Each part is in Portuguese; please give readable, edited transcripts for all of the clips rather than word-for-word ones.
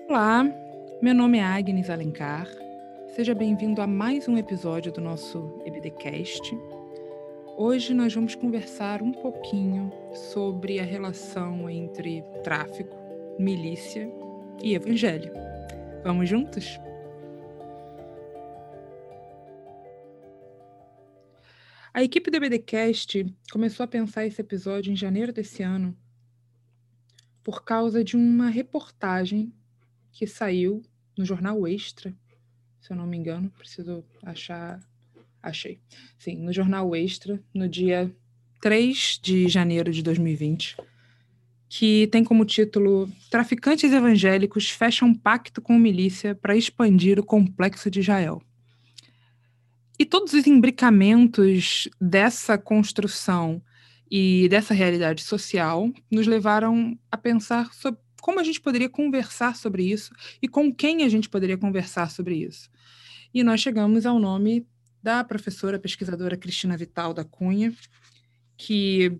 Olá, meu nome é Agnes Alencar. Seja bem-vindo a mais um episódio do nosso EBDcast. Hoje nós vamos conversar um pouquinho sobre a relação entre tráfico, milícia e evangelho. Vamos juntos? A equipe do EBDcast começou a pensar esse episódio em janeiro desse ano por causa de uma reportagem que saiu no jornal Extra, se eu não me engano, preciso achar. Achei. Sim, no jornal Extra, no dia 3 de janeiro de 2020, que tem como título Traficantes evangélicos fecham pacto com milícia para expandir o complexo de Israel. E todos os imbricamentos dessa construção e dessa realidade social nos levaram a pensar sobre como a gente poderia conversar sobre isso e com quem a gente poderia conversar sobre isso. E nós chegamos ao nome da professora pesquisadora Cristina Vital da Cunha, que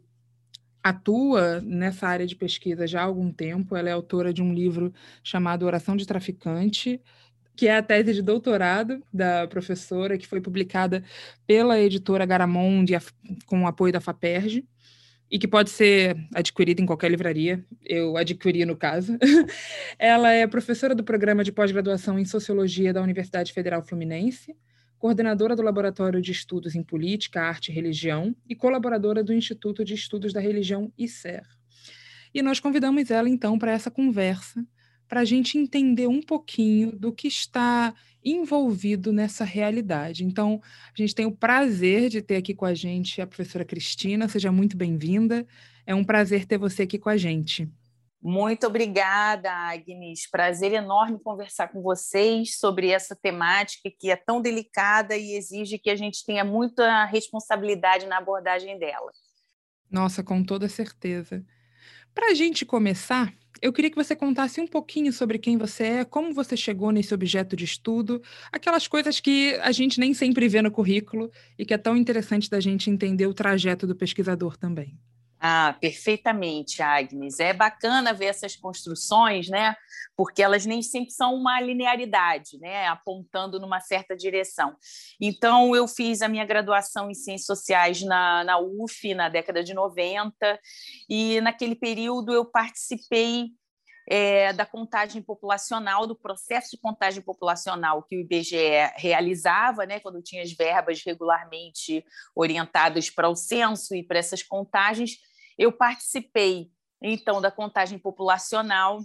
atua nessa área de pesquisa já há algum tempo. Ela é autora de um livro chamado Oração de Traficante, que é a tese de doutorado da professora, que foi publicada pela editora Garamond com o apoio da FAPERJ, e que pode ser adquirida em qualquer livraria. Eu adquiri, no caso. Ela é professora do programa de pós-graduação em Sociologia da Universidade Federal Fluminense, coordenadora do Laboratório de Estudos em Política, Arte e Religião e colaboradora do Instituto de Estudos da Religião, ICER. E nós convidamos ela, então, para essa conversa, para a gente entender um pouquinho do que está envolvido nessa realidade. Então, a gente tem o prazer de ter aqui com a gente a professora Cristina. Seja muito bem-vinda. É um prazer ter você aqui com a gente. Muito obrigada, Agnes. Prazer enorme conversar com vocês sobre essa temática que é tão delicada e exige que a gente tenha muita responsabilidade na abordagem dela. Nossa, com toda certeza. Para a gente começar, eu queria que você contasse um pouquinho sobre quem você é, como você chegou nesse objeto de estudo, aquelas coisas que a gente nem sempre vê no currículo e que é tão interessante da gente entender o trajeto do pesquisador também. Perfeitamente, Agnes. É bacana ver essas construções, né? Porque elas nem sempre são uma linearidade, né? Apontando numa certa direção. Então, eu fiz a minha graduação em Ciências Sociais na UF, na década de 90, e naquele período eu participei da contagem populacional, do processo de contagem populacional que o IBGE realizava, né, quando tinha as verbas regularmente orientadas para o censo e para essas contagens. Eu participei, então, da contagem populacional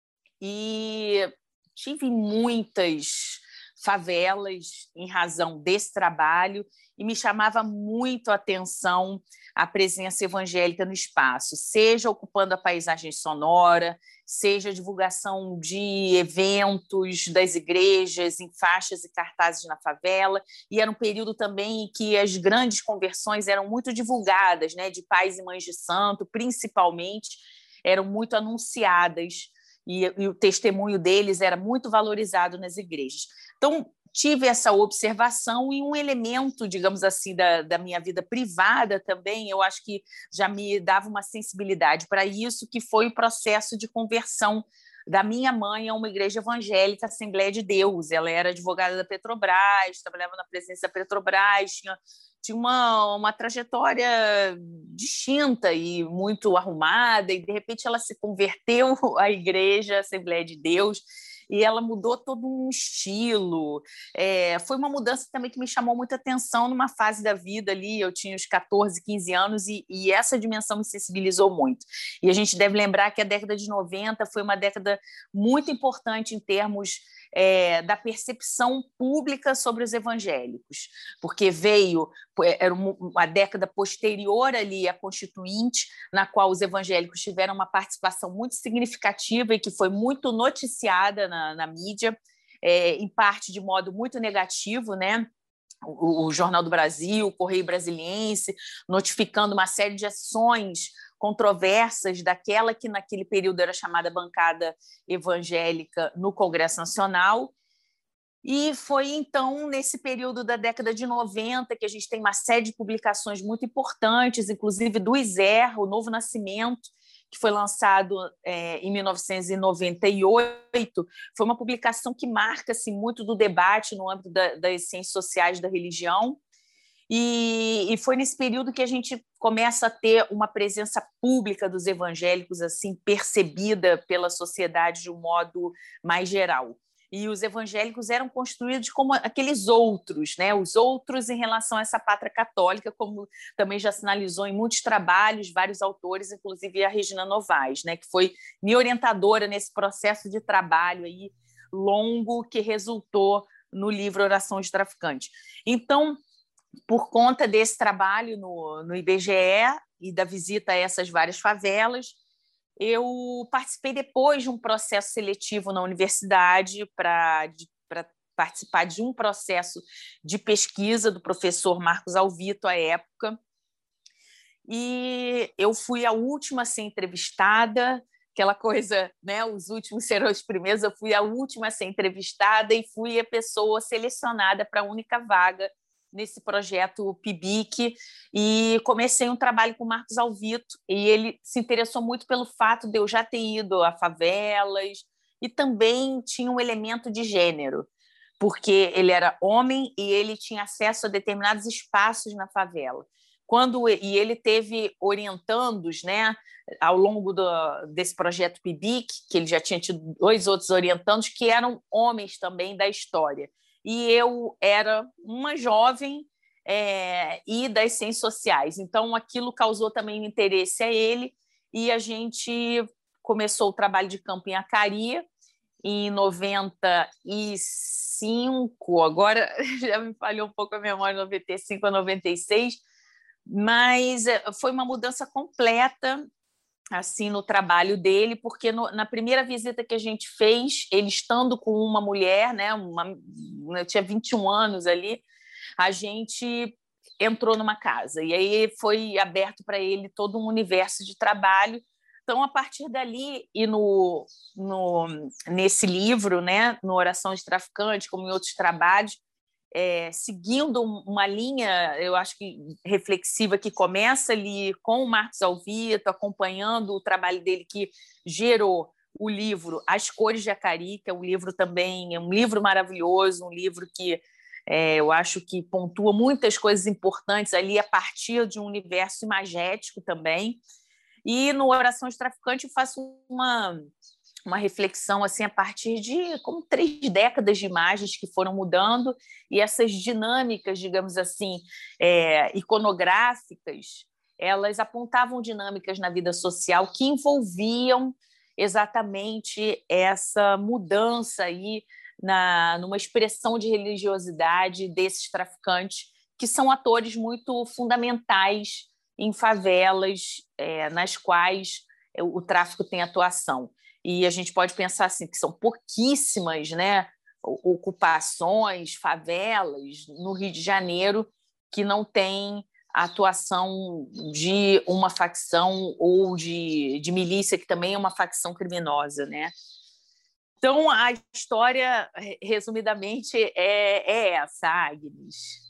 e tive muitas favelas em razão desse trabalho e me chamava muito a atenção a presença evangélica no espaço, seja ocupando a paisagem sonora, seja a divulgação de eventos das igrejas em faixas e cartazes na favela, e era um período também em que as grandes conversões eram muito divulgadas, né, de pais e mães de santo, principalmente, eram muito anunciadas, e o testemunho deles era muito valorizado nas igrejas. Então, tive essa observação e um elemento, digamos assim, da minha vida privada também, eu acho que já me dava uma sensibilidade para isso, que foi o processo de conversão da minha mãe a uma igreja evangélica, Assembleia de Deus. Ela era advogada da Petrobras, trabalhava na presidência da Petrobras, tinha uma trajetória distinta e muito arrumada, e de repente ela se converteu à igreja Assembleia de Deus, e ela mudou todo um estilo. Foi uma mudança também que me chamou muita atenção numa fase da vida ali, eu tinha uns 14, 15 anos, e essa dimensão me sensibilizou muito. E a gente deve lembrar que a década de 90 foi uma década muito importante em termos da percepção pública sobre os evangélicos, porque era uma década posterior ali à Constituinte, na qual os evangélicos tiveram uma participação muito significativa e que foi muito noticiada na mídia, em parte de modo muito negativo, né? O Jornal do Brasil, o Correio Brasiliense, notificando uma série de ações controversas daquela que naquele período era chamada bancada evangélica no Congresso Nacional. E foi, então, nesse período da década de 90 que a gente tem uma série de publicações muito importantes, inclusive do ISER, o Novo Nascimento, que foi lançado em 1998, foi uma publicação que marca assim, muito do debate no âmbito das ciências sociais da religião. E foi nesse período que a gente começa a ter uma presença pública dos evangélicos assim percebida pela sociedade de um modo mais geral. E os evangélicos eram construídos como aqueles outros, né? Os outros em relação a essa pátria católica, como também já sinalizou em muitos trabalhos, vários autores, inclusive a Regina Novaes, né? Que foi minha orientadora nesse processo de trabalho aí longo que resultou no livro Oração de Traficante. Então, por conta desse trabalho no IBGE e da visita a essas várias favelas, eu participei depois de um processo seletivo na universidade para participar de um processo de pesquisa do professor Marcos Alvito, à época. E eu fui a última a ser entrevistada, aquela coisa, né? Os últimos serão os primeiros. Eu fui a última a ser entrevistada e fui a pessoa selecionada para a única vaga nesse projeto PIBIC, e comecei um trabalho com o Marcos Alvito, e ele se interessou muito pelo fato de eu já ter ido a favelas, e também tinha um elemento de gênero, porque ele era homem e ele tinha acesso a determinados espaços na favela. E ele teve orientandos, né, ao longo desse projeto PIBIC, que ele já tinha tido 2 outros orientandos, que eram homens também da história. E eu era uma jovem e das ciências sociais. Então, aquilo causou também interesse a ele, e a gente começou o trabalho de campo em Acari em 95, agora já me falhou um pouco a memória, 95 a 96, mas foi uma mudança completa assim no trabalho dele, porque na primeira visita que a gente fez, ele estando com uma mulher, né, eu tinha 21 anos ali, a gente entrou numa casa, e aí foi aberto para ele todo um universo de trabalho. Então, a partir dali, e nesse livro, né, no Oração de Traficante, como em outros trabalhos, seguindo uma linha, eu acho que reflexiva, que começa ali com o Marcos Alvito, acompanhando o trabalho dele, que gerou o livro As Cores de Acari, que é um livro também, é um livro maravilhoso, um livro que eu acho que pontua muitas coisas importantes ali a partir de um universo imagético também. E no Oração de Traficante eu faço uma reflexão assim a partir de como 3 décadas de imagens que foram mudando, e essas dinâmicas, digamos assim, iconográficas, elas apontavam dinâmicas na vida social que envolviam exatamente essa mudança aí numa expressão de religiosidade desses traficantes, que são atores muito fundamentais em favelas nas quais o tráfico tem atuação. E a gente pode pensar assim, que são pouquíssimas, né, ocupações, favelas no Rio de Janeiro que não tem a atuação de uma facção ou de milícia, que também é uma facção criminosa, né? Então, a história, resumidamente, é essa, Agnes.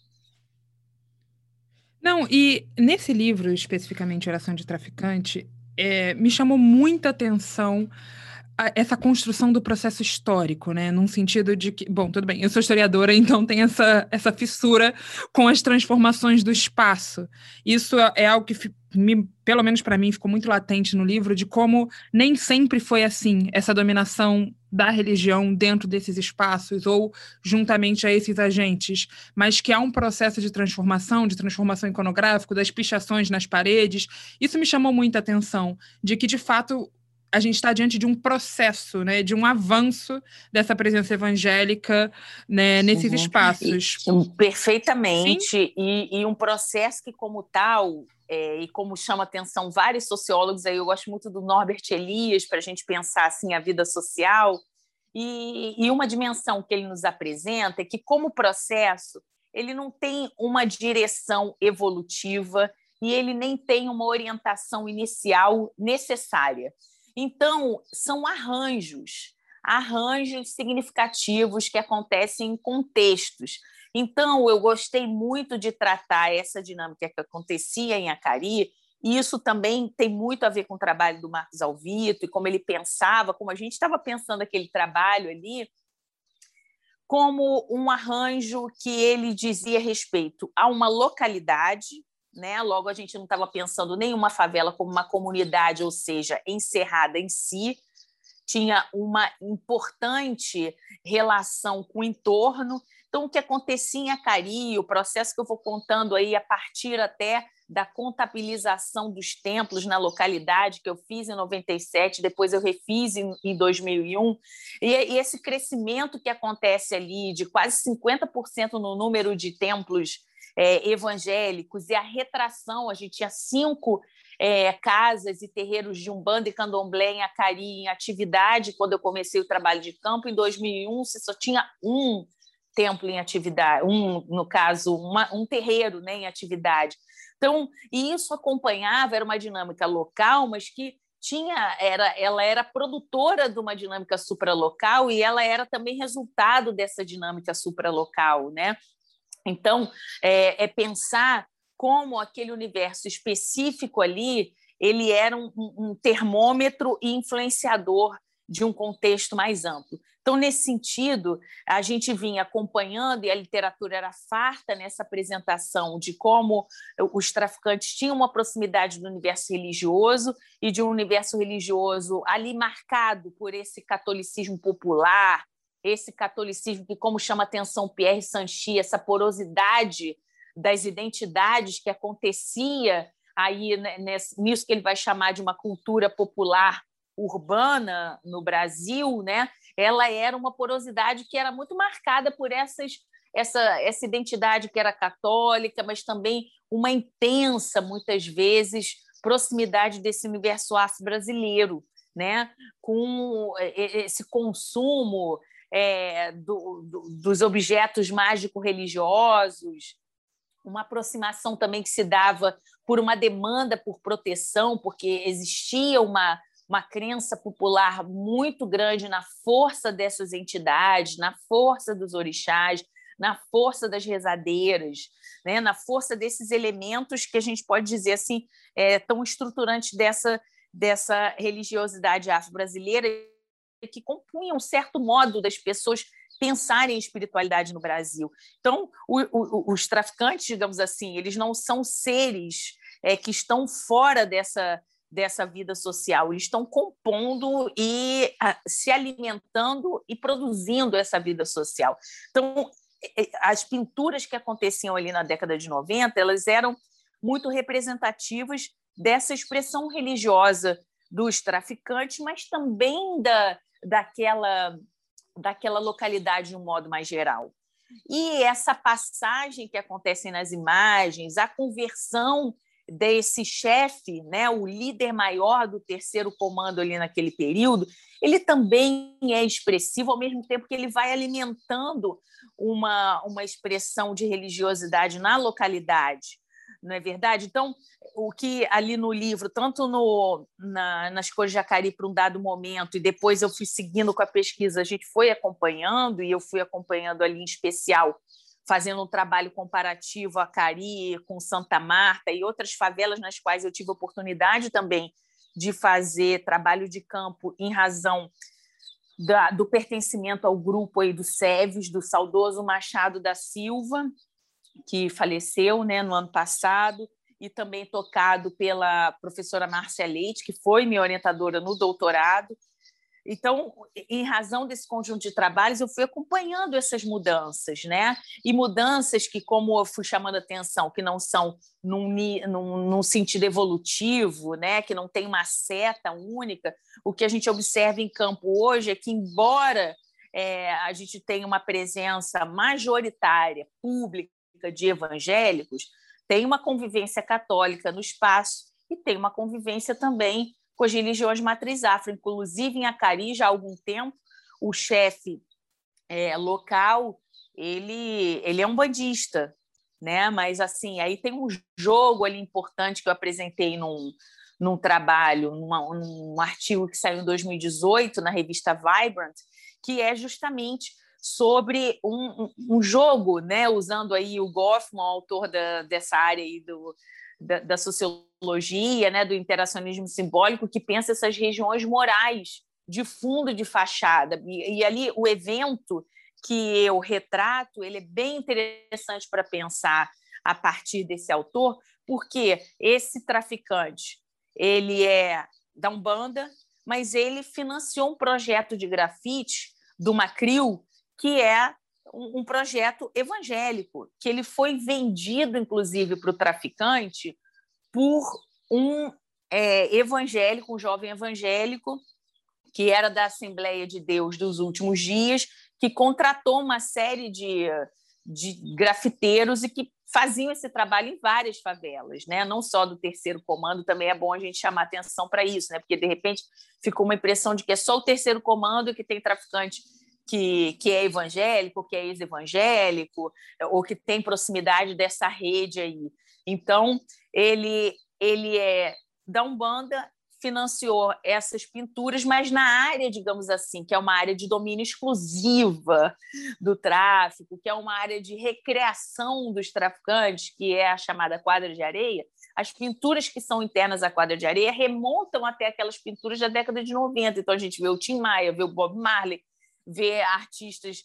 Não, e nesse livro, especificamente Oração de Traficante, me chamou muita atenção essa construção do processo histórico, né? Num sentido de que, bom, tudo bem, eu sou historiadora, então tem essa fissura com as transformações do espaço. Isso é algo que, pelo menos para mim, ficou muito latente no livro, de como nem sempre foi assim, essa dominação da religião dentro desses espaços ou juntamente a esses agentes, mas que há um processo de transformação iconográfica, das pichações nas paredes. Isso me chamou muita atenção, de que, de fato, a gente está diante de um processo, né, de um avanço dessa presença evangélica, né, nesses espaços. Perfeitamente. E um processo que, como tal, e como chama atenção vários sociólogos, aí eu gosto muito do Norbert Elias, para a gente pensar assim, a vida social, e uma dimensão que ele nos apresenta é que, como processo, ele não tem uma direção evolutiva e ele nem tem uma orientação inicial necessária. Então, são arranjos significativos que acontecem em contextos. Então, eu gostei muito de tratar essa dinâmica que acontecia em Acari E isso também tem muito a ver com o trabalho do Marcos Alvito e como ele pensava, como a gente estava pensando aquele trabalho ali, como um arranjo que ele dizia respeito a uma localidade, né? Logo, a gente não estava pensando nenhuma favela como uma comunidade, ou seja, encerrada em si, tinha uma importante relação com o entorno. Então, o que acontecia em Acari, o processo que eu vou contando aí a partir até da contabilização dos templos na localidade, que eu fiz em 97, depois eu refiz em 2001, e esse crescimento que acontece ali de quase 50% no número de templos evangélicos, e a retração, a gente tinha 5 casas e terreiros de Umbanda e Candomblé em Acari em atividade quando eu comecei o trabalho de campo. Em 2001, você só tinha um templo em atividade, no caso, um terreiro, né, em atividade. Então, e isso acompanhava, era uma dinâmica local, mas que ela era produtora de uma dinâmica supralocal e ela era também resultado dessa dinâmica supralocal, né? Então, pensar como aquele universo específico ali ele era um termômetro e influenciador de um contexto mais amplo. Então, nesse sentido, a gente vinha acompanhando, e a literatura era farta nessa apresentação de como os traficantes tinham uma proximidade do universo religioso e de um universo religioso ali marcado por esse catolicismo popular, esse catolicismo que, como chama a atenção Pierre Sanchi, essa porosidade das identidades que acontecia aí nisso que ele vai chamar de uma cultura popular urbana no Brasil, né? Ela era uma porosidade que era muito marcada por essa identidade que era católica, mas também uma intensa, muitas vezes, proximidade desse universo afro-brasileiro, né? Com esse consumo dos objetos mágico-religiosos, uma aproximação também que se dava por uma demanda por proteção, porque existia uma crença popular muito grande na força dessas entidades, na força dos orixás, na força das rezadeiras, né? Na força desses elementos que a gente pode dizer assim, tão estruturantes dessa religiosidade afro-brasileira, que compunham um certo modo das pessoas pensarem em espiritualidade no Brasil. Então, os traficantes, digamos assim, eles não são seres que estão fora dessa vida social, eles estão compondo e se alimentando e produzindo essa vida social. Então, as pinturas que aconteciam ali na década de 90, elas eram muito representativas dessa expressão religiosa dos traficantes, mas também daquela localidade de um modo mais geral. E essa passagem que acontece nas imagens, a conversão desse chefe, né, o líder maior do terceiro comando ali naquele período, ele também é expressivo, ao mesmo tempo que ele vai alimentando uma expressão de religiosidade na localidade, não é verdade? Então, o que ali no livro, tanto nas Cores de Acari para um dado momento, e depois eu fui seguindo com a pesquisa, a gente foi acompanhando, e eu fui acompanhando ali em especial, fazendo um trabalho comparativo Acari com Santa Marta e outras favelas nas quais eu tive oportunidade também de fazer trabalho de campo em razão do pertencimento ao grupo aí do SEVES, do saudoso Machado da Silva, que faleceu, né, no ano passado, e também tocado pela professora Márcia Leite, que foi minha orientadora no doutorado. Então, em razão desse conjunto de trabalhos, eu fui acompanhando essas mudanças, né? E mudanças que, como eu fui chamando a atenção, que não são num sentido evolutivo, né? Que não tem uma seta única. O que a gente observa em campo hoje é que, embora a gente tenha uma presença majoritária, pública, de evangélicos, tem uma convivência católica no espaço e tem uma convivência também com as religiões de matriz afro. Inclusive, em Acari, já há algum tempo, o chefe local ele é um bandista, né? Mas assim, aí tem um jogo ali importante que eu apresentei num trabalho, num artigo que saiu em 2018 na revista Vibrant, que é justamente sobre um jogo, né? Usando aí o Goffman, autor dessa área aí da sociologia simbologia, né, do interacionismo simbólico, que pensa essas regiões morais de fundo de fachada. E ali o evento que eu retrato, ele é bem interessante para pensar a partir desse autor, porque esse traficante, ele é da Umbanda, mas ele financiou um projeto de grafite do Macril, que é um projeto evangélico, que ele foi vendido, inclusive, para o traficante por um evangélico, um jovem evangélico, que era da Assembleia de Deus dos Últimos Dias, que contratou uma série de grafiteiros e que faziam esse trabalho em várias favelas, né? Não só do Terceiro Comando, também é bom a gente chamar atenção para isso, né? Porque, de repente, ficou uma impressão de que é só o Terceiro Comando que tem traficante que é evangélico, que é ex-evangélico, ou que tem proximidade dessa rede aí. Então, ele é da Umbanda, financiou essas pinturas, mas na área, digamos assim, que é uma área de domínio exclusiva do tráfico, que é uma área de recreação dos traficantes, que é a chamada quadra de areia, as pinturas que são internas à quadra de areia remontam até aquelas pinturas da década de 90. Então, a gente vê o Tim Maia, vê o Bob Marley, vê artistas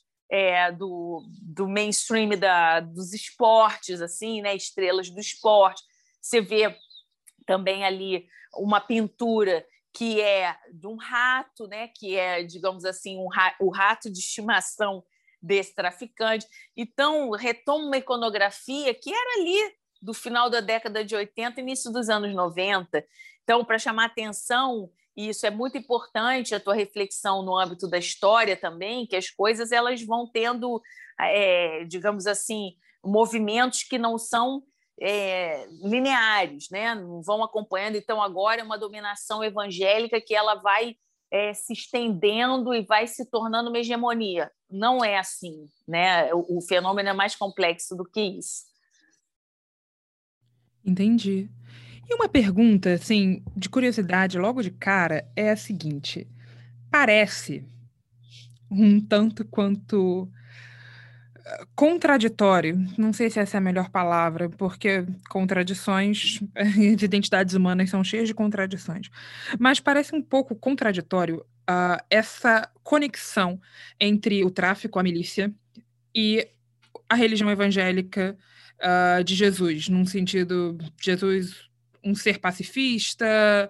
do mainstream dos esportes, assim, né? Estrelas do esporte. Você vê também ali uma pintura que é de um rato, né? Que é, digamos assim, o rato de estimação desse traficante. Então, retoma uma iconografia que era ali do final da década de 80, início dos anos 90. Então, para chamar atenção, e isso é muito importante, a tua reflexão no âmbito da história também, que as coisas elas vão tendo, digamos assim, movimentos que não são lineares, né? Não vão acompanhando. Então, agora é uma dominação evangélica que ela vai se estendendo e vai se tornando uma hegemonia. Não é assim, né? O fenômeno é mais complexo do que isso. Entendi. E uma pergunta, assim, de curiosidade, logo de cara, é a seguinte: parece um tanto quanto contraditório, não sei se essa é a melhor palavra, porque contradições, as identidades humanas são cheias de contradições, mas parece um pouco contraditório essa conexão entre o tráfico, a milícia, e a religião evangélica de Jesus, num sentido, Jesus um ser pacifista,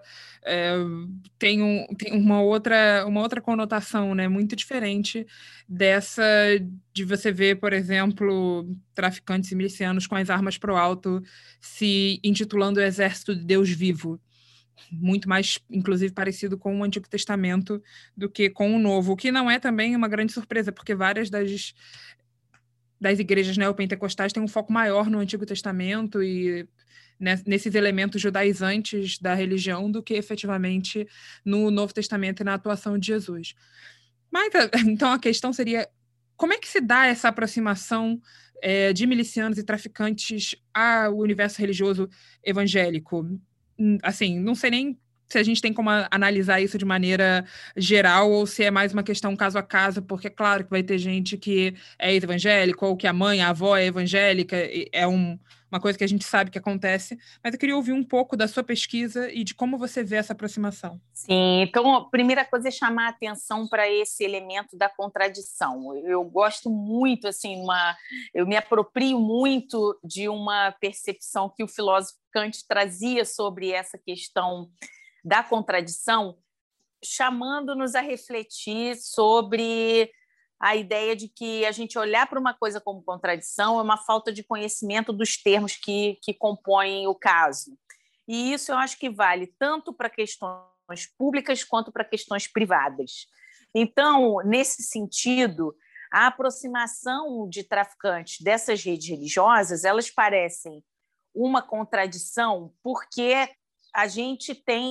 tem uma outra conotação, né, muito diferente dessa de você ver, por exemplo, traficantes e milicianos com as armas pro alto se intitulando o Exército de Deus Vivo. Muito mais, inclusive, parecido com o Antigo Testamento do que com o Novo, o que não é também uma grande surpresa, porque várias das igrejas neopentecostais têm um foco maior no Antigo Testamento e nesses elementos judaizantes da religião do que efetivamente no Novo Testamento e na atuação de Jesus. Mas, então, a questão seria como é que se dá essa aproximação de milicianos e traficantes ao universo religioso evangélico? Assim, não sei nem se a gente tem como analisar isso de maneira geral ou se é mais uma questão caso a caso, porque é claro que vai ter gente que é evangélico ou que a mãe, a avó é evangélica, uma coisa que a gente sabe que acontece, mas eu queria ouvir um pouco da sua pesquisa e de como você vê essa aproximação. Sim, então a primeira coisa é chamar a atenção para esse elemento da contradição. Eu gosto muito, assim, eu me aproprio muito de uma percepção que o filósofo Kant trazia sobre essa questão da contradição, chamando-nos a refletir sobre a ideia de que a gente olhar para uma coisa como contradição é uma falta de conhecimento dos termos que compõem o caso. E isso eu acho que vale tanto para questões públicas quanto para questões privadas. Então, nesse sentido, a aproximação de traficantes dessas redes religiosas, elas parecem uma contradição porque a gente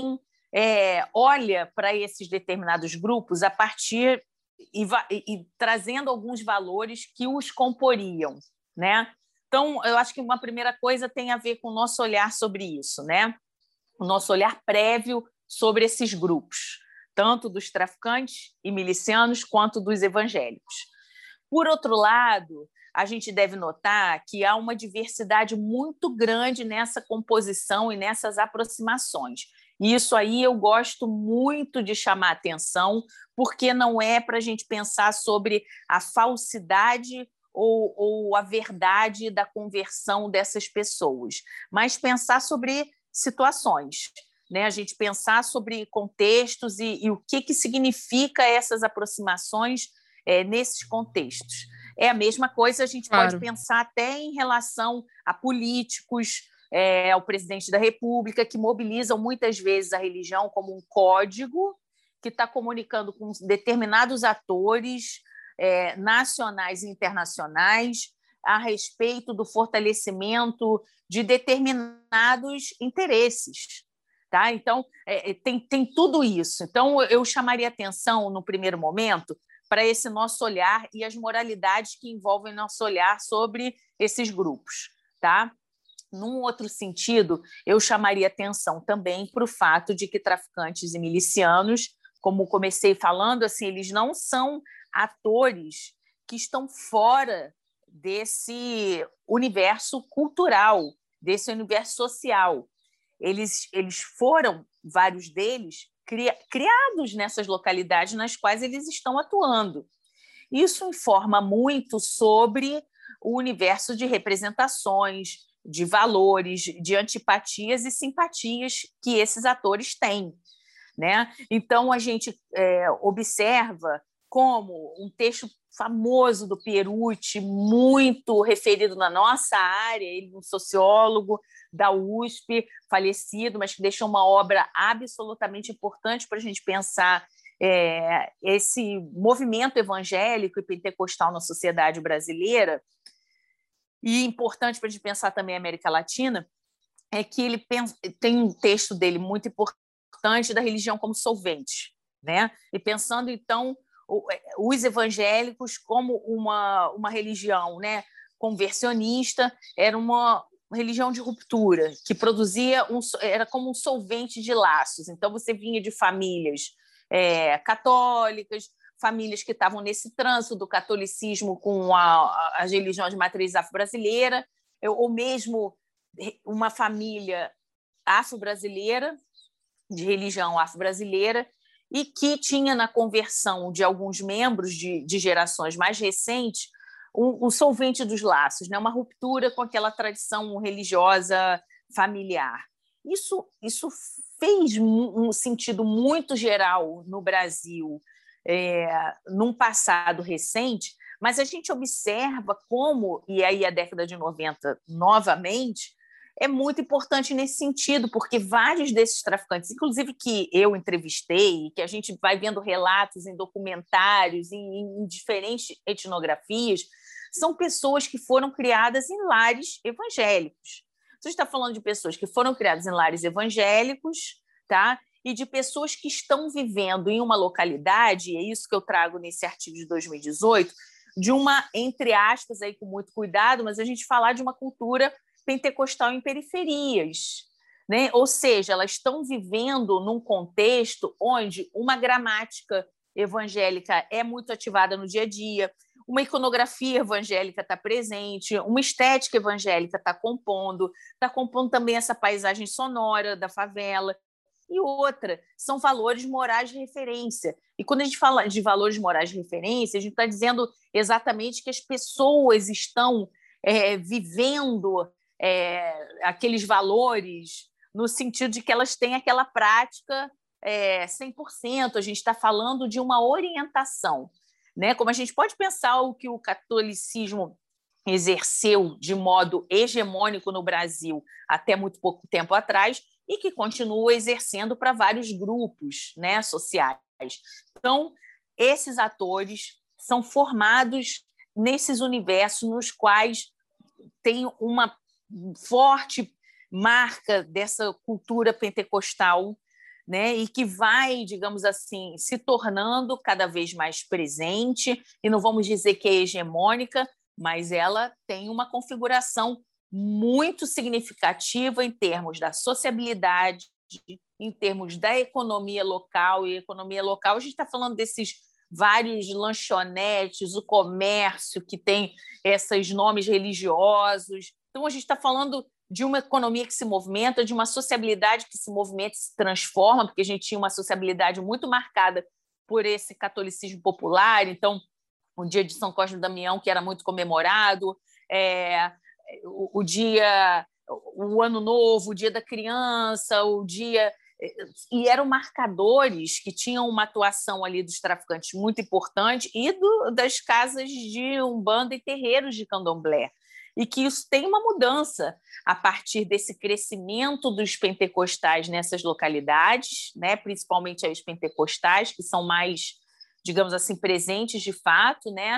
olha para esses determinados grupos a partir e trazendo alguns valores que os comporiam, né? Então, eu acho que uma primeira coisa tem a ver com o nosso olhar sobre isso, né? O nosso olhar prévio sobre esses grupos, tanto dos traficantes e milicianos quanto dos evangélicos. Por outro lado, a gente deve notar que há uma diversidade muito grande nessa composição e nessas aproximações. E isso aí eu gosto muito de chamar atenção, porque não é para a gente pensar sobre a falsidade ou a verdade da conversão dessas pessoas, mas pensar sobre situações, né? A gente pensar sobre contextos e o que significa essas aproximações nesses contextos. É a mesma coisa, a gente pode pensar até em relação a políticos, ao presidente da República, que mobilizam muitas vezes a religião como um código que está comunicando com determinados atores nacionais e internacionais a respeito do fortalecimento de determinados interesses. Tá? Então, tem tudo isso. Então, eu chamaria atenção, no primeiro momento, para esse nosso olhar e as moralidades que envolvem nosso olhar sobre esses grupos. Tá? Num outro sentido, eu chamaria atenção também para o fato de que traficantes e milicianos, como comecei falando, assim, eles não são atores que estão fora desse universo cultural, desse universo social. Eles foram, vários deles, criados nessas localidades nas quais eles estão atuando. Isso informa muito sobre o universo de representações, de valores, de antipatias e simpatias que esses atores têm. Né? Então, a gente observa como um texto famoso do Pierucci, muito referido na nossa área, ele é um sociólogo da USP, falecido, mas que deixou uma obra absolutamente importante para a gente pensar esse movimento evangélico e pentecostal na sociedade brasileira, e importante para a gente pensar também a América Latina, é que ele tem um texto dele muito importante da religião como solvente, né? E pensando, então, os evangélicos como uma religião, né, conversionista, era uma religião de ruptura, que produzia era como um solvente de laços. Então, você vinha de famílias católicas, famílias que estavam nesse trânsito do catolicismo com as religiões de matriz afro-brasileira, ou mesmo uma família afro-brasileira, de religião afro-brasileira, e que tinha na conversão de alguns membros de gerações mais recentes o solvente dos laços, né? Uma ruptura com aquela tradição religiosa familiar. Isso fez um sentido muito geral no Brasil, num passado recente, mas a gente observa como, e aí a década de 90 novamente, é muito importante nesse sentido, porque vários desses traficantes, inclusive que eu entrevistei, que a gente vai vendo relatos em documentários, em diferentes etnografias, são pessoas que foram criadas em lares evangélicos. Você está falando de pessoas que foram criadas em lares evangélicos, tá? E de pessoas que estão vivendo em uma localidade, e é isso que eu trago nesse artigo de 2018, de uma, entre aspas, aí com muito cuidado, mas a gente falar de uma cultura pentecostal em periferias, né? Ou seja, elas estão vivendo num contexto onde uma gramática evangélica é muito ativada no dia a dia, uma iconografia evangélica está presente, uma estética evangélica está compondo também essa paisagem sonora da favela. E outra, são valores morais de referência. E quando a gente fala de valores morais de referência, a gente está dizendo exatamente que as pessoas estão vivendo aqueles valores no sentido de que elas têm aquela prática 100%. A gente está falando de uma orientação, né? Como a gente pode pensar o que o catolicismo exerceu de modo hegemônico no Brasil até muito pouco tempo atrás e que continua exercendo para vários grupos, né, sociais. Então, esses atores são formados nesses universos nos quais tem uma forte marca dessa cultura pentecostal, né, e que vai, digamos assim, se tornando cada vez mais presente, e não vamos dizer que é hegemônica, mas ela tem uma configuração muito significativa em termos da sociabilidade, em termos da economia local, e economia local, a gente está falando desses vários lanchonetes, o comércio que tem esses nomes religiosos. Então, a gente está falando de uma economia que se movimenta, de uma sociabilidade que se movimenta e se transforma, porque a gente tinha uma sociabilidade muito marcada por esse catolicismo popular. Então, o dia de São Cosme e Damião, que era muito comemorado, o dia, o Ano Novo, o Dia da Criança, o dia... E eram marcadores que tinham uma atuação ali dos traficantes muito importante e das casas de umbanda e terreiros de candomblé. E que isso tem uma mudança a partir desse crescimento dos pentecostais nessas localidades, né? Principalmente os pentecostais, que são mais, digamos assim, presentes de fato, né?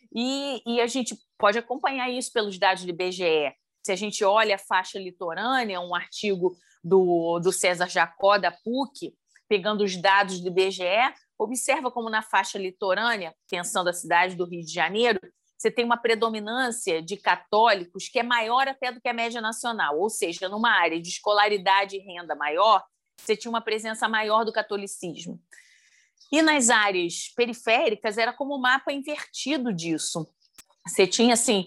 E a gente pode acompanhar isso pelos dados do IBGE. Se a gente olha a faixa litorânea, um artigo do César Jacó, da PUC, pegando os dados do IBGE, observa como na faixa litorânea, pensando a cidade do Rio de Janeiro, você tem uma predominância de católicos que é maior até do que a média nacional, ou seja, numa área de escolaridade e renda maior, você tinha uma presença maior do catolicismo. E nas áreas periféricas era como o mapa invertido disso. Você tinha, assim,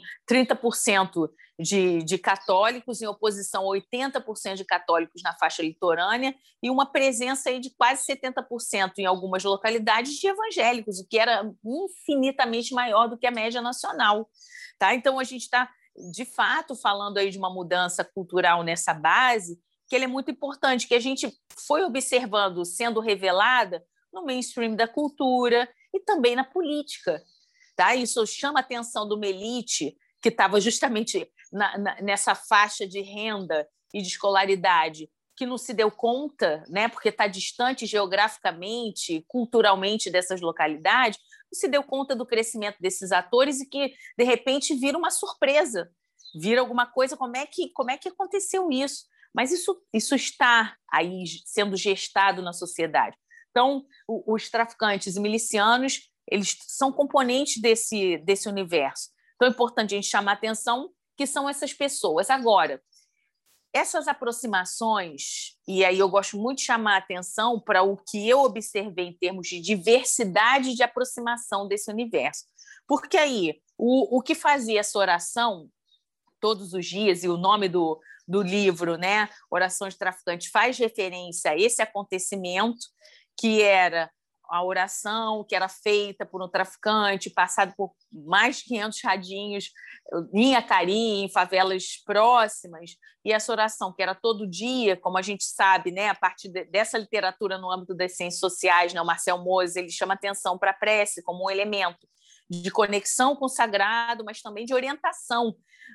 30% de católicos em oposição a 80% de católicos na faixa litorânea e uma presença aí de quase 70% em algumas localidades de evangélicos, o que era infinitamente maior do que a média nacional. Tá? Então, a gente está, de fato, falando aí de uma mudança cultural nessa base, que ele é muito importante, que a gente foi observando sendo revelada no mainstream da cultura e também na política. Tá? Isso chama a atenção de uma elite que estava justamente nessa faixa de renda e de escolaridade, que não se deu conta, né, porque está distante geograficamente, culturalmente dessas localidades, não se deu conta do crescimento desses atores e que, de repente, vira uma surpresa, vira alguma coisa, como é que aconteceu isso? Mas isso está aí sendo gestado na sociedade. Então, os traficantes e milicianos, eles são componentes desse universo. Então, é importante a gente chamar a atenção que são essas pessoas. Agora, essas aproximações, e aí eu gosto muito de chamar a atenção para o que eu observei em termos de diversidade de aproximação desse universo. Porque aí, o que fazia essa oração todos os dias, e o nome do livro, né, Oração de Traficante, faz referência a esse acontecimento, que era a oração que era feita por um traficante, passado por mais de 500 radinhos em Acari, em favelas próximas, e essa oração que era todo dia, como a gente sabe, né, a partir dessa literatura no âmbito das ciências sociais, né, o Marcel Moses, ele chama atenção para a prece como um elemento de conexão com o sagrado, mas também de orientação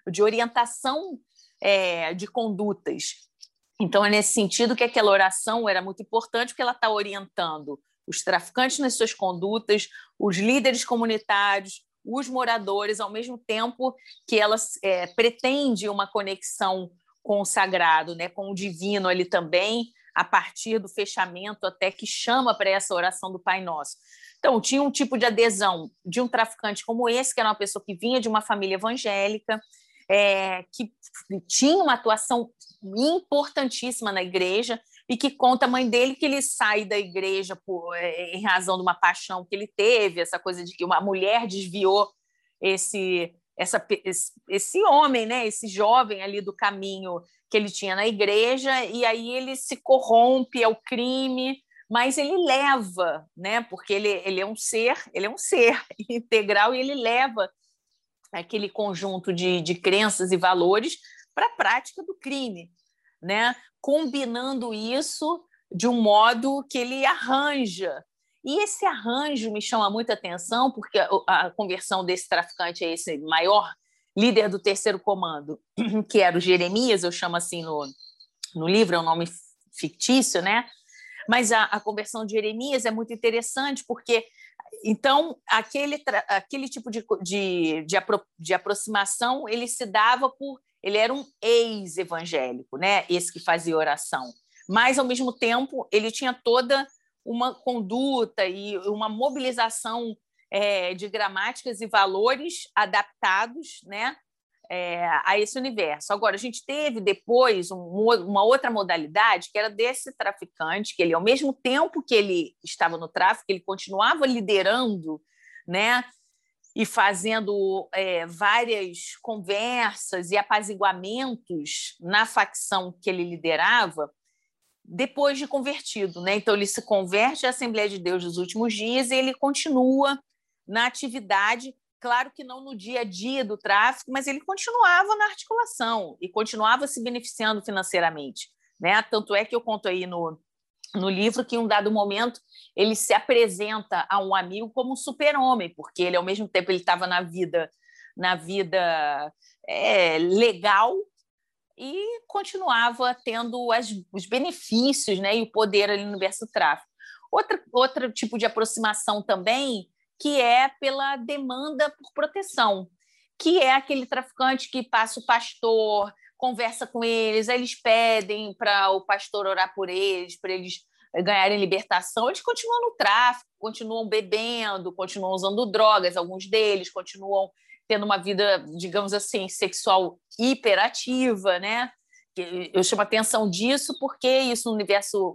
de condutas. Então, é nesse sentido que aquela oração era muito importante, porque ela está orientando os traficantes nas suas condutas, os líderes comunitários, os moradores, ao mesmo tempo que ela pretende uma conexão com o sagrado, né, com o divino ali também, a partir do fechamento até que chama para essa oração do Pai Nosso. Então, tinha um tipo de adesão de um traficante como esse, que era uma pessoa que vinha de uma família evangélica, que tinha uma atuação importantíssima na igreja, e que conta a mãe dele que ele sai da igreja em razão de uma paixão que ele teve, essa coisa de que uma mulher desviou esse homem, né, esse jovem ali do caminho que ele tinha na igreja, e aí ele se corrompe ao crime, mas ele leva, né, porque ele é um ser integral, e ele leva aquele conjunto de crenças e valores para a prática do crime, né? Combinando isso de um modo que ele arranja. E esse arranjo me chama muita atenção, porque a conversão desse traficante é esse maior líder do terceiro comando, que era o Jeremias, eu chamo assim no livro, é um nome fictício, né? Mas a conversão de Jeremias é muito interessante, porque então aquele tipo de aproximação ele se dava por... Ele era um ex-evangélico, né? Esse que fazia oração. Mas, ao mesmo tempo, ele tinha toda uma conduta e uma mobilização de gramáticas e valores adaptados, né? a esse universo. Agora, a gente teve depois uma outra modalidade, que era desse traficante, que ele, ao mesmo tempo que ele estava no tráfico, ele continuava liderando, né, e fazendo várias conversas e apaziguamentos na facção que ele liderava, depois de convertido, né? Então, ele se converte à Assembleia de Deus dos Últimos Dias e ele continua na atividade, claro que não no dia a dia do tráfico, mas ele continuava na articulação e continuava se beneficiando financeiramente, né? Tanto é que eu conto aí no livro que, em um dado momento, ele se apresenta a um amigo como um super-homem, porque ele, ao mesmo tempo, ele estava na vida legal e continuava tendo os benefícios, né, e o poder ali no universo do tráfico. Outro tipo de aproximação também, que é pela demanda por proteção, que é aquele traficante que passa o pastor, conversa com eles, aí eles pedem para o pastor orar por eles, para eles ganharem libertação. Eles continuam no tráfico, continuam bebendo, continuam usando drogas, alguns deles continuam tendo uma vida, digamos assim, sexual hiperativa, né? Eu chamo a atenção disso porque isso no universo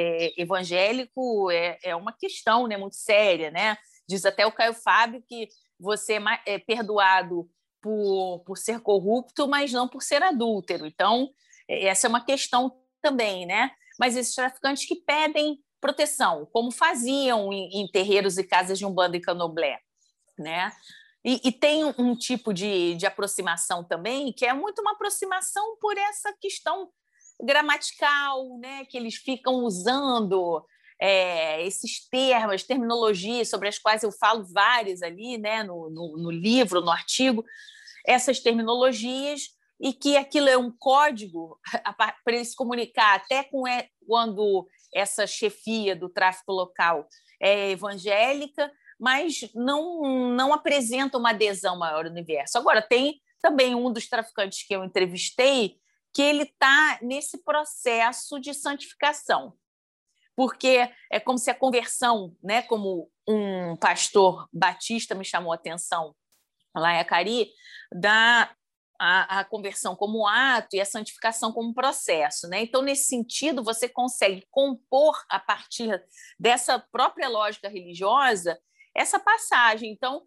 evangélico é uma questão, né, muito séria, né? Diz até o Caio Fábio que você é perdoado por ser corrupto, mas não por ser adúltero. Então, essa é uma questão também, né? Mas esses traficantes que pedem proteção, como faziam em terreiros e casas de umbanda e candomblé, né? E tem um tipo de aproximação também, que é muito uma aproximação por essa questão gramatical, né? Que eles ficam usando esses termos, terminologias sobre as quais eu falo várias ali, né? No livro, no artigo, essas terminologias, e que aquilo é um código para eles se comunicar até quando essa chefia do tráfico local é evangélica, mas não apresenta uma adesão maior ao universo. Agora, tem também um dos traficantes que eu entrevistei que ele está nesse processo de santificação, porque é como se a conversão, né, como um pastor batista me chamou a atenção lá em Acari, da a conversão como ato e a santificação como processo, né? Então, nesse sentido, você consegue compor, a partir dessa própria lógica religiosa, essa passagem. Então,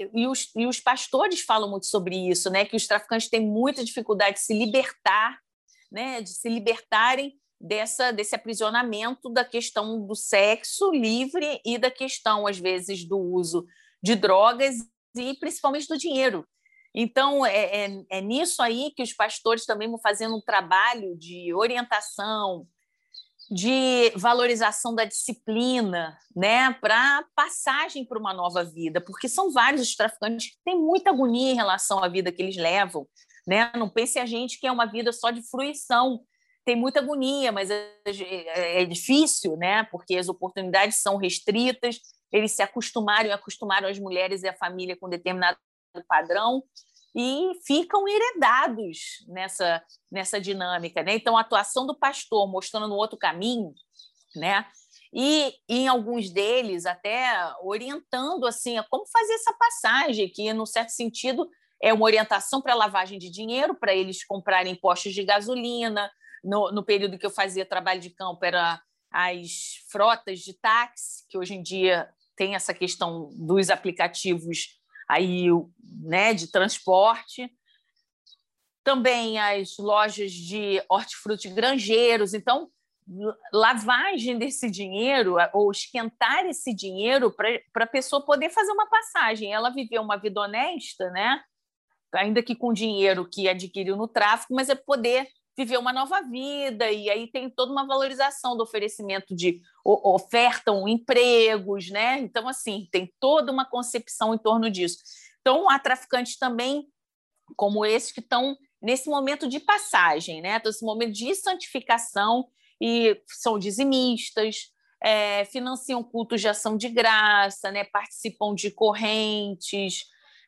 e os pastores falam muito sobre isso, né? Que os traficantes têm muita dificuldade de se libertar, né? De se libertarem desse aprisionamento da questão do sexo livre e da questão, às vezes, do uso de drogas e principalmente do dinheiro. Então, é nisso aí que os pastores também vão fazendo um trabalho de orientação, de valorização da disciplina, né, para passagem para uma nova vida, porque são vários os traficantes que têm muita agonia em relação à vida que eles levam, né? Não pense a gente que é uma vida só de fruição, tem muita agonia, mas é difícil, né? Porque as oportunidades são restritas, eles se acostumaram as mulheres e a família com determinado padrão e ficam heredados nessa dinâmica, né? Então, a atuação do pastor mostrando no outro caminho, né? E em alguns deles até orientando assim a como fazer essa passagem, que, num certo sentido, é uma orientação para lavagem de dinheiro, para eles comprarem postos de gasolina. No período que eu fazia trabalho de campo, era as frotas de táxi, que hoje em dia tem essa questão dos aplicativos aí, né, de transporte, também as lojas de hortifruti granjeiros. Então, lavagem desse dinheiro ou esquentar esse dinheiro para a pessoa poder fazer uma passagem. Ela viveu uma vida honesta, né? Ainda que com dinheiro que adquiriu no tráfico, mas é poder viver uma nova vida, e aí tem toda uma valorização do oferecimento de ofertam empregos, né? Então, assim, tem toda uma concepção em torno disso. Então, há traficantes também como esses que estão nesse momento de passagem, né? Nesse momento de santificação, e são dizimistas, financiam cultos de ação de graça, né? Participam de correntes,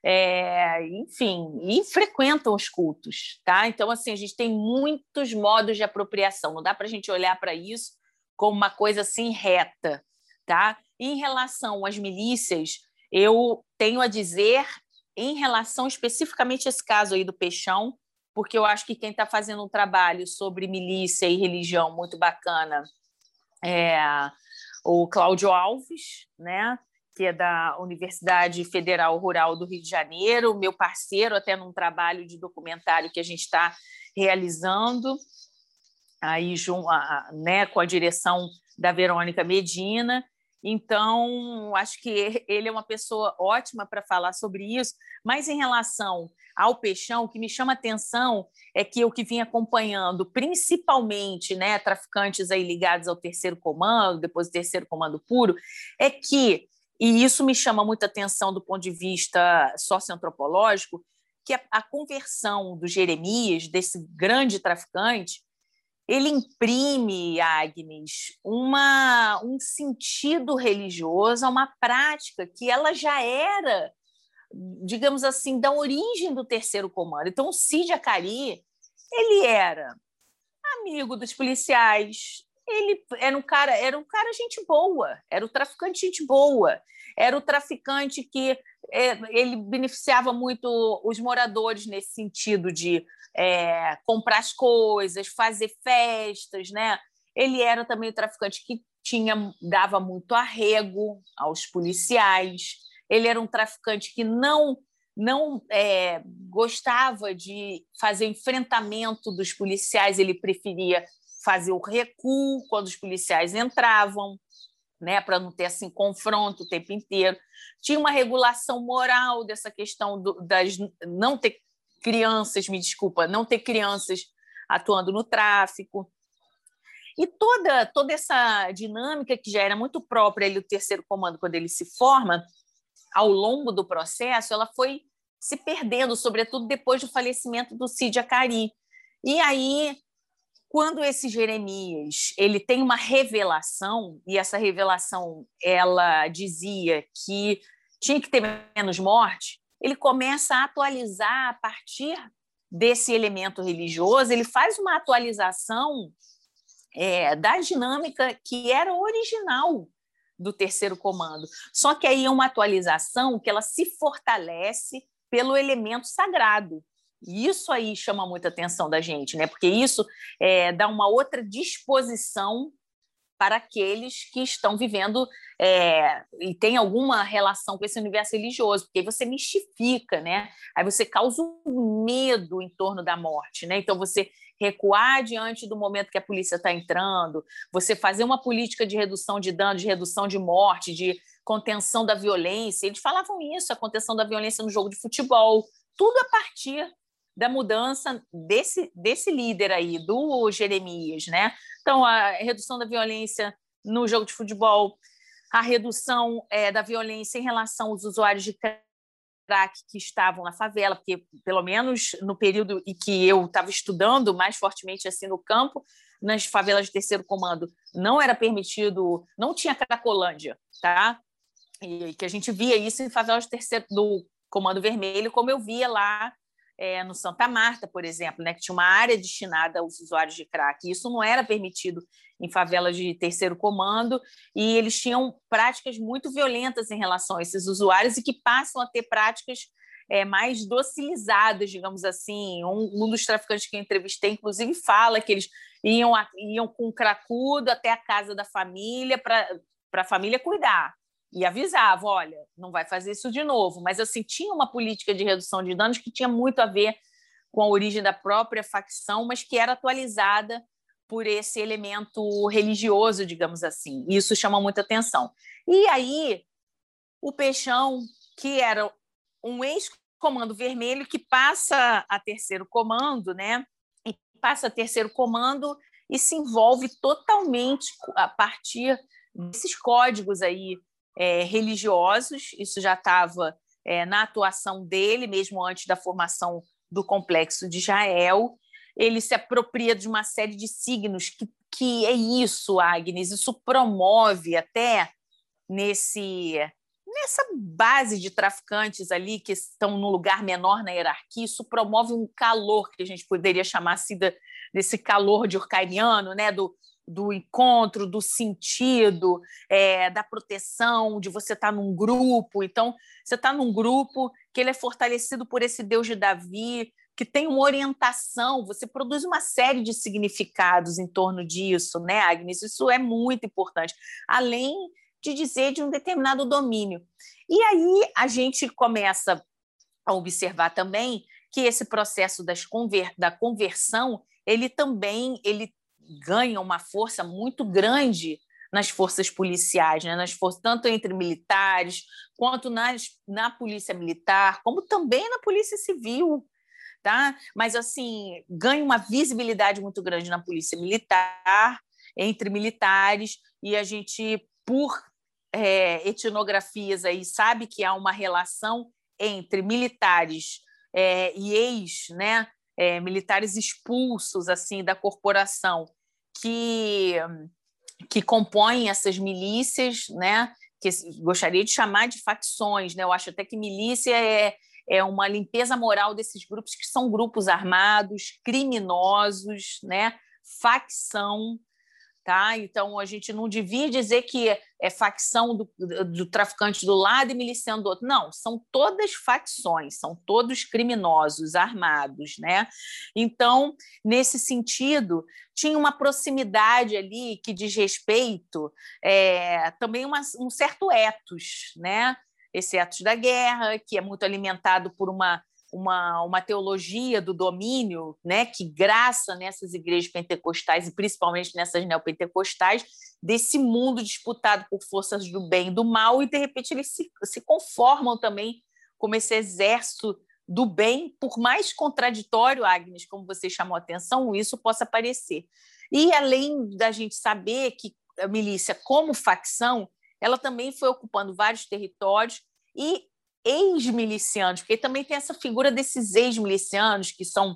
enfim, e frequentam os cultos, tá? Então, assim, a gente tem muitos modos de apropriação, não dá para a gente olhar para isso como uma coisa assim reta, tá? Em relação às milícias, eu tenho a dizer em relação especificamente a esse caso aí do Peixão, porque eu acho que quem está fazendo um trabalho sobre milícia e religião muito bacana é o Cláudio Alves, né, que é da Universidade Federal Rural do Rio de Janeiro, meu parceiro até num trabalho de documentário que a gente está realizando, aí, né, com a direção da Verônica Medina. Então, acho que ele é uma pessoa ótima para falar sobre isso, mas em relação ao Peixão, o que me chama atenção é que eu que vim acompanhando, principalmente, né, traficantes aí ligados ao terceiro comando, depois do terceiro comando puro, é que, e isso me chama muita atenção do ponto de vista socioantropológico, que a conversão do Jeremias, desse grande traficante, ele imprime, Agnes, um sentido religioso a uma prática que ela já era, digamos assim, da origem do terceiro comando. Então, o Cid Acari, ele era amigo dos policiais, ele era um cara gente boa, era o traficante gente boa, era o traficante que ele beneficiava muito os moradores nesse sentido de comprar as coisas, fazer festas, né? Ele era também o traficante que dava muito arrego aos policiais. Ele era um traficante que não gostava de fazer enfrentamento dos policiais, ele preferia fazer o recuo quando os policiais entravam, né, para não ter assim confronto o tempo inteiro. Tinha uma regulação moral dessa questão das não ter crianças, não ter crianças atuando no tráfico. E toda essa dinâmica que já era muito própria do terceiro comando quando ele se forma, ao longo do processo, ela foi se perdendo, sobretudo depois do falecimento do Cid Acari. E aí, quando esse Jeremias ele tem uma revelação, e essa revelação ela dizia que tinha que ter menos morte, ele começa a atualizar a partir desse elemento religioso, ele faz uma atualização da dinâmica que era original do terceiro comando. Só que aí é uma atualização que ela se fortalece pelo elemento sagrado. E isso aí chama muita atenção da gente, né? Porque isso dá uma outra disposição para aqueles que estão vivendo e tem alguma relação com esse universo religioso, porque aí você mistifica, né? Aí você causa um medo em torno da morte, né? Então você recuar diante do momento que a polícia está entrando, você fazer uma política de redução de danos, de redução de morte, de contenção da violência. Eles falavam isso, a contenção da violência no jogo de futebol, tudo a partir da mudança desse líder aí, do Jeremias, né? Então, a redução da violência no jogo de futebol, a redução da violência em relação aos usuários de crack que estavam na favela, porque, pelo menos no período em que eu estava estudando mais fortemente assim no campo, nas favelas de terceiro comando, não era permitido, não tinha Cracolândia, tá? E que a gente via isso em favelas do Comando Vermelho, como eu via lá no Santa Marta, por exemplo, né, que tinha uma área destinada aos usuários de crack. Isso não era permitido em favelas de terceiro comando, e eles tinham práticas muito violentas em relação a esses usuários e que passam a ter práticas mais docilizadas, digamos assim. Um dos traficantes que eu entrevistei, inclusive, fala que eles iam com um cracudo até a casa da família para a família cuidar. E avisava, olha, não vai fazer isso de novo. Mas assim, tinha uma política de redução de danos que tinha muito a ver com a origem da própria facção, mas que era atualizada por esse elemento religioso, digamos assim. E isso chama muita atenção. E aí, o Peixão, que era um ex-comando vermelho, que passa a terceiro comando, né? E passa a terceiro comando e se envolve totalmente a partir desses códigos aí religiosos. Isso já estava na atuação dele, mesmo antes da formação do Complexo de Israel. Ele se apropria de uma série de signos que é isso, Agnes, isso promove até nessa base de traficantes ali que estão num lugar menor na hierarquia, isso promove um calor que a gente poderia chamar assim desse calor durkheimiano, né? do do encontro, do sentido, da proteção, de você estar num grupo. Então, você está num grupo que ele é fortalecido por esse Deus de Davi, que tem uma orientação, você produz uma série de significados em torno disso, né, Agnes? Isso é muito importante, além de dizer de um determinado domínio. E aí a gente começa a observar também que esse processo da conversão, ele também ganha uma força muito grande nas forças policiais, né? Tanto entre militares, quanto na polícia militar, como também na polícia civil. Tá? Mas, assim, ganha uma visibilidade muito grande na polícia militar, entre militares, e a gente, por etnografias aí, sabe que há uma relação entre militares e né, militares expulsos assim da corporação que compõem essas milícias, né, que gostaria de chamar de facções, né? Eu acho até que milícia é uma limpeza moral desses grupos que são grupos armados, criminosos, né? Facção, tá? Então, a gente não devia dizer que é facção do traficante do lado e miliciano do outro. Não, são todas facções, são todos criminosos, armados, né? Então, nesse sentido, tinha uma proximidade ali que diz respeito também um certo ethos, né? Esse ethos da guerra, que é muito alimentado por uma teologia do domínio, né, que graça nessas igrejas pentecostais, e principalmente nessas neopentecostais, desse mundo disputado por forças do bem e do mal, e, de repente, eles se conformam também como esse exército do bem, por mais contraditório, Agnes, como você chamou a atenção, isso possa parecer. E, além da gente saber que a milícia, como facção, ela também foi ocupando vários territórios e ex-milicianos, porque também tem essa figura desses ex-milicianos que são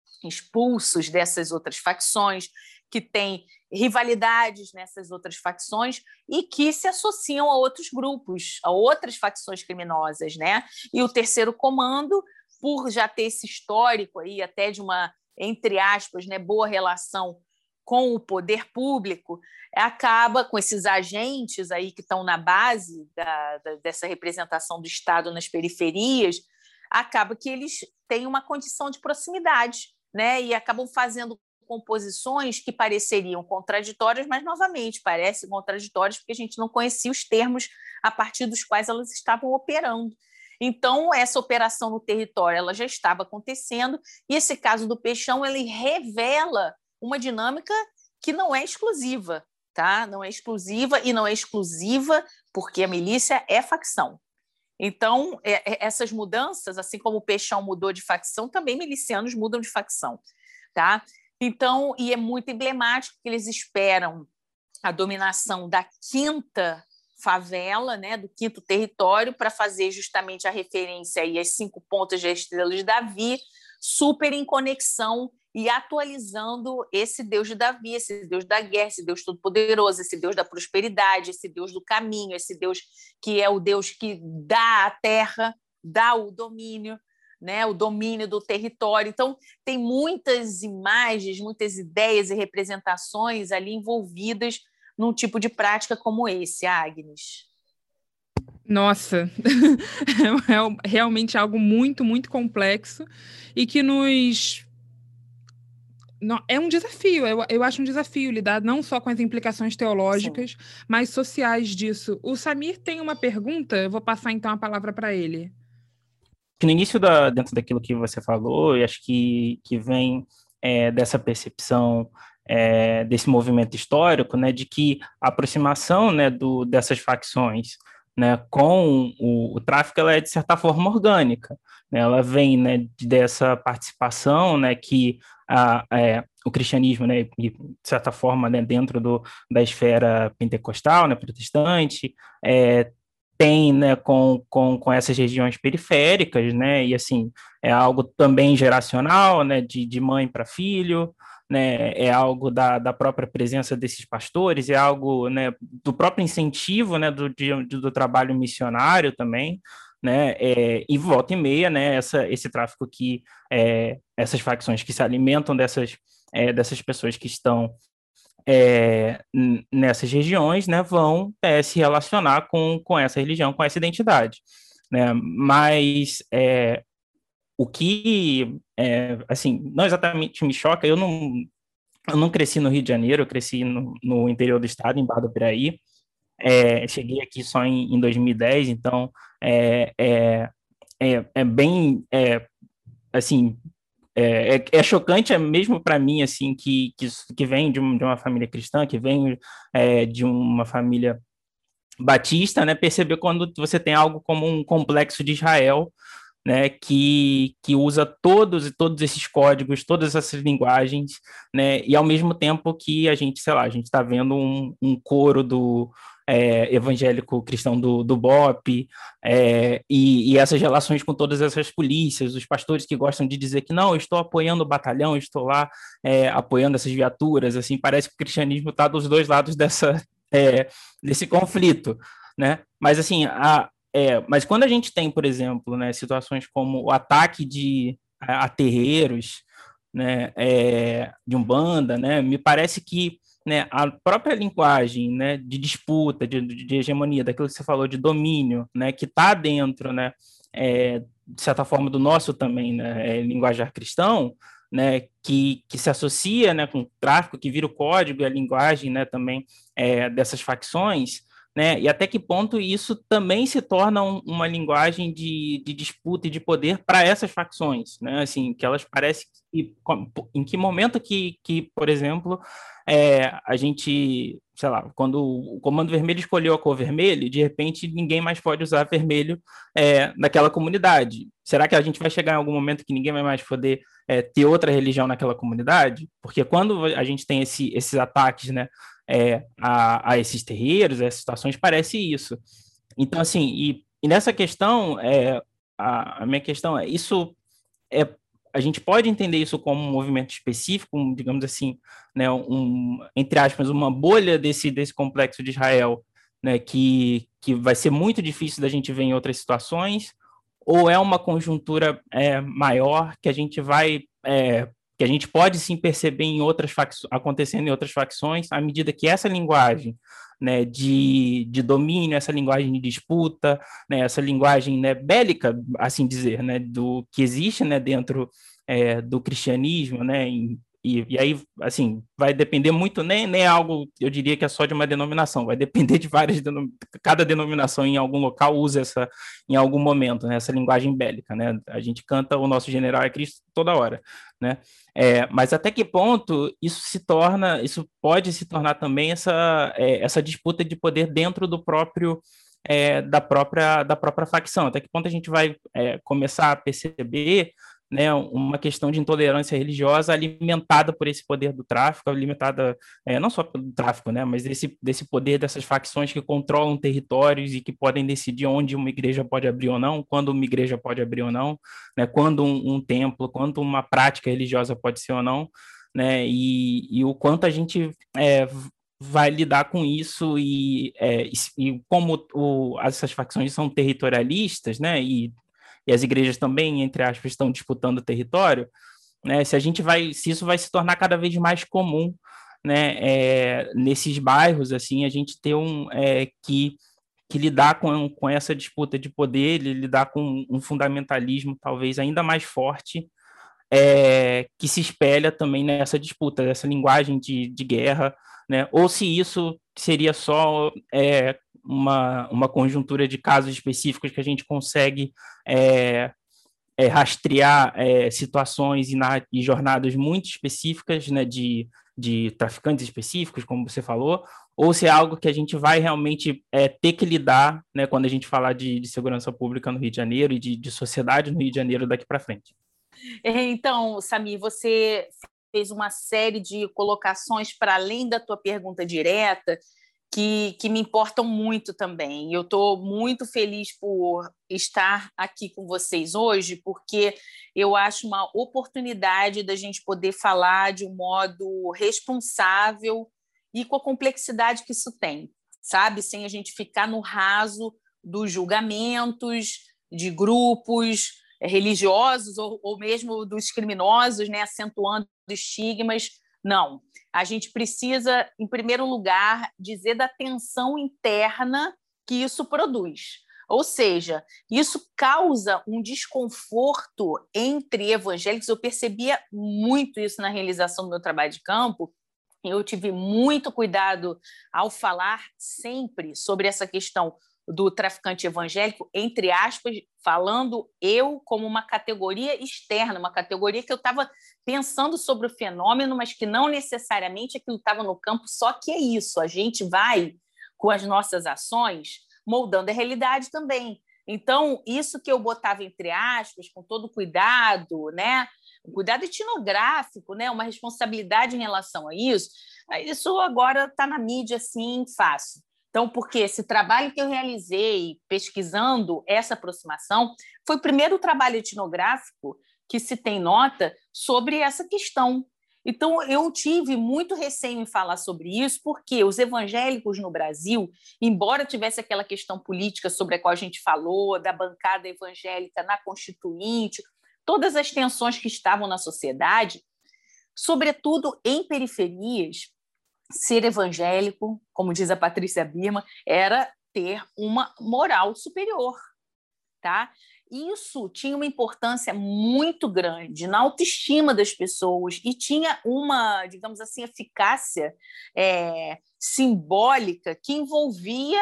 expulsos dessas outras facções, que têm rivalidades nessas outras facções e que se associam a outros grupos, a outras facções criminosas, né? E o terceiro comando, por já ter esse histórico aí até de uma, entre aspas, né, boa relação com o poder público, acaba com esses agentes aí que estão na base dessa representação do Estado nas periferias, acaba que eles têm uma condição de proximidade, né? E acabam fazendo composições que pareceriam contraditórias, mas, novamente, parecem contraditórias porque a gente não conhecia os termos a partir dos quais elas estavam operando. Então, essa operação no território ela já estava acontecendo, e esse caso do Peixão ele revela uma dinâmica que não é exclusiva, tá? Não é exclusiva e não é exclusiva porque a milícia é facção. Então, essas mudanças, assim como o Peixão mudou de facção, também milicianos mudam de facção, tá? Então, e é muito emblemático que eles esperam a dominação da quinta favela, né, do quinto território, para fazer justamente a referência aí às 5 pontas da Estrela de Davi, super em conexão e atualizando esse Deus de Davi, esse Deus da guerra, esse Deus todo-poderoso, esse Deus da prosperidade, esse Deus do caminho, esse Deus que é o Deus que dá a terra, dá o domínio, né, o domínio do território. Então, tem muitas imagens, muitas ideias e representações ali envolvidas num tipo de prática como esse, Agnes. Nossa, é realmente algo muito, muito complexo e que nos... É um desafio, eu acho um desafio lidar não só com as implicações teológicas, sim, mas sociais disso. O Samir tem uma pergunta, eu vou passar então a palavra para ele. No início, dentro daquilo que você falou, eu acho que vem dessa percepção desse movimento histórico, né, de que a aproximação, né, dessas facções, né, com o tráfico, ela é de certa forma orgânica, né, ela vem, né, dessa participação, né, que o cristianismo, né, de certa forma, né, dentro da esfera pentecostal, né, protestante, tem, né, com essas regiões periféricas, né, e assim, é algo também geracional, né, de mãe para filho, né, é algo da própria presença desses pastores, é algo, né, do próprio incentivo, né, do trabalho missionário também, né, e volta e meia, né, esse tráfico essas facções que se alimentam dessas pessoas que estão nessas regiões, né, vão se relacionar com essa religião, com essa identidade, né? Mas o que, assim, não exatamente me choca, eu não cresci no Rio de Janeiro, eu cresci no interior do estado, em Barra do Piraí. Cheguei aqui só em 2010, então é bem, assim, é chocante mesmo para mim, assim, que vem de uma família cristã, que vem de uma família batista, né, perceber quando você tem algo como um complexo de Israel, né, que usa todos esses códigos, todas essas linguagens, né, e ao mesmo tempo que a gente, sei lá, a gente está vendo um coro do evangélico cristão do BOP, e essas relações com todas essas polícias, os pastores que gostam de dizer que não, eu estou apoiando o batalhão, eu estou lá apoiando essas viaturas, assim, parece que o cristianismo está dos dois lados desse conflito, né? Mas assim, mas quando a gente tem, por exemplo, né, situações como o ataque a terreiros, né, de Umbanda, né, me parece que, né, a própria linguagem, né, de disputa, de hegemonia, daquilo que você falou, de domínio, né, que está dentro, né, de certa forma, do nosso também, né, linguajar cristão, né, que se associa, né, com o tráfico, que vira o código e a linguagem, né, também dessas facções, né? E até que ponto isso também se torna uma linguagem de disputa e de poder para essas facções, né? Assim, que elas parecem que, em que momento por exemplo, a gente, sei lá, quando o Comando Vermelho escolheu a cor vermelho, de repente ninguém mais pode usar vermelho naquela comunidade. Será que a gente vai chegar em algum momento que ninguém vai mais poder ter outra religião naquela comunidade? Porque quando a gente tem esses ataques, né, a esses terreiros, a essas situações, parece isso. Então, assim, e nessa questão, a minha questão isso é, a gente pode entender isso como um movimento específico, digamos assim, né, entre aspas, uma bolha desse complexo de Israel, né, que vai ser muito difícil da gente ver em outras situações, ou é uma conjuntura maior que a gente que a gente pode sim perceber acontecendo em outras facções, à medida que essa linguagem, né, de domínio, essa linguagem de disputa, né, essa linguagem, né, bélica, assim dizer, né, do que existe, né, dentro do cristianismo, né, e aí, assim, vai depender muito, nem é algo, eu diria que é só de uma denominação, vai depender de cada denominação em algum local usa em algum momento, né, essa linguagem bélica, né, a gente canta o nosso general é Cristo toda hora, né, mas até que ponto isso pode se tornar também essa disputa de poder dentro do próprio da própria facção, até que ponto a gente vai começar a perceber, né, uma questão de intolerância religiosa alimentada por esse poder do tráfico, alimentada não só pelo tráfico, né, mas desse poder dessas facções que controlam territórios e que podem decidir onde uma igreja pode abrir ou não, quando uma igreja pode abrir ou não, né, quando um templo, quando uma prática religiosa pode ser ou não, né, e o quanto a gente vai lidar com isso e como essas facções são territorialistas, né, e as igrejas também, entre aspas, estão disputando território, né? Se isso vai se tornar cada vez mais comum, né? Nesses bairros, assim, a gente ter que lidar com essa disputa de poder, lidar com um fundamentalismo talvez ainda mais forte, que se espelha também nessa disputa, dessa linguagem de guerra, né? Ou se isso seria só uma conjuntura de casos específicos que a gente consegue rastrear situações e jornadas muito específicas, né, de traficantes específicos, como você falou, ou se é algo que a gente vai realmente ter que lidar, né, quando a gente falar de segurança pública no Rio de Janeiro e de sociedade no Rio de Janeiro daqui para frente. Então, Samir, você fez uma série de colocações para além da tua pergunta direta que me importam muito também. Eu estou muito feliz por estar aqui com vocês hoje, porque eu acho uma oportunidade da gente poder falar de um modo responsável e com a complexidade que isso tem, sabe? Sem a gente ficar no raso dos julgamentos de grupos religiosos ou mesmo dos criminosos, né? Acentuando estigmas, Não. A gente precisa, em primeiro lugar, dizer da tensão interna que isso produz. Ou seja, isso causa um desconforto entre evangélicos. Eu percebia muito isso na realização do meu trabalho de campo. Eu tive muito cuidado ao falar sempre sobre essa questão do traficante evangélico, entre aspas, falando eu como uma categoria externa, uma categoria que eu estava pensando sobre o fenômeno, mas que não necessariamente aquilo estava no campo, só que é isso, a gente vai, com as nossas ações, moldando a realidade também. Então, isso que eu botava entre aspas, com todo cuidado, né? Um cuidado etnográfico, né? Uma responsabilidade em relação a isso agora está na mídia, assim, fácil. Então, porque esse trabalho que eu realizei pesquisando essa aproximação foi o primeiro trabalho etnográfico que se tem nota sobre essa questão. Então, eu tive muito receio em falar sobre isso, porque os evangélicos no Brasil, embora tivesse aquela questão política sobre a qual a gente falou, da bancada evangélica na Constituinte, todas as tensões que estavam na sociedade, sobretudo em periferias, ser evangélico, como diz a Patrícia Birman, era ter uma moral superior, tá? Isso tinha uma importância muito grande na autoestima das pessoas e tinha uma, digamos assim, eficácia simbólica que envolvia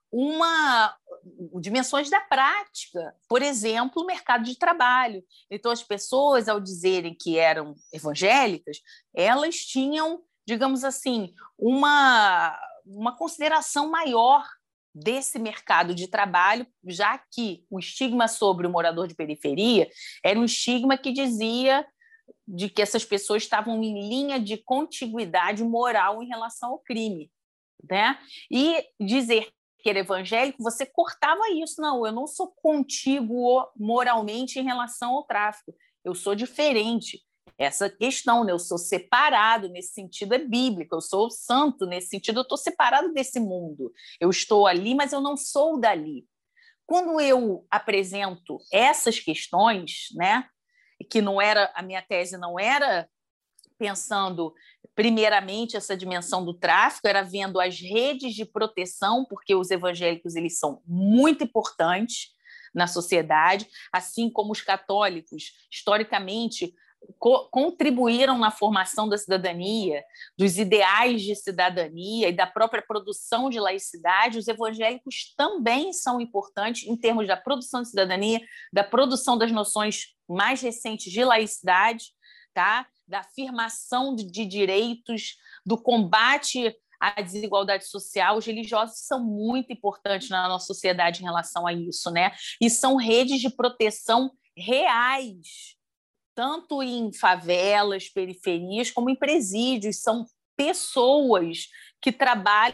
dimensões da prática, por exemplo, o mercado de trabalho. Então, as pessoas, ao dizerem que eram evangélicas, elas tinham, digamos assim, uma consideração maior desse mercado de trabalho, já que o estigma sobre o morador de periferia era um estigma que dizia de que essas pessoas estavam em linha de contiguidade moral em relação ao crime, né? E dizer que era evangélico, você cortava isso. Não, eu não sou contíguo moralmente em relação ao tráfico, eu sou diferente. Essa questão, né? Eu sou separado, nesse sentido é bíblico, eu sou santo, nesse sentido eu estou separado desse mundo. Eu estou ali, mas eu não sou dali. Quando eu apresento essas questões, né, que não era, a minha tese não era pensando primeiramente essa dimensão do tráfico, era vendo as redes de proteção, porque os evangélicos eles são muito importantes na sociedade, assim como os católicos, historicamente, contribuíram na formação da cidadania, dos ideais de cidadania e da própria produção de laicidade. Os evangélicos também são importantes em termos da produção de cidadania, da produção das noções mais recentes de laicidade, tá? Da afirmação de direitos, do combate à desigualdade social. Os religiosos são muito importantes na nossa sociedade em relação a isso, né? E são redes de proteção reais, tanto em favelas, periferias, como em presídios. São pessoas que trabalham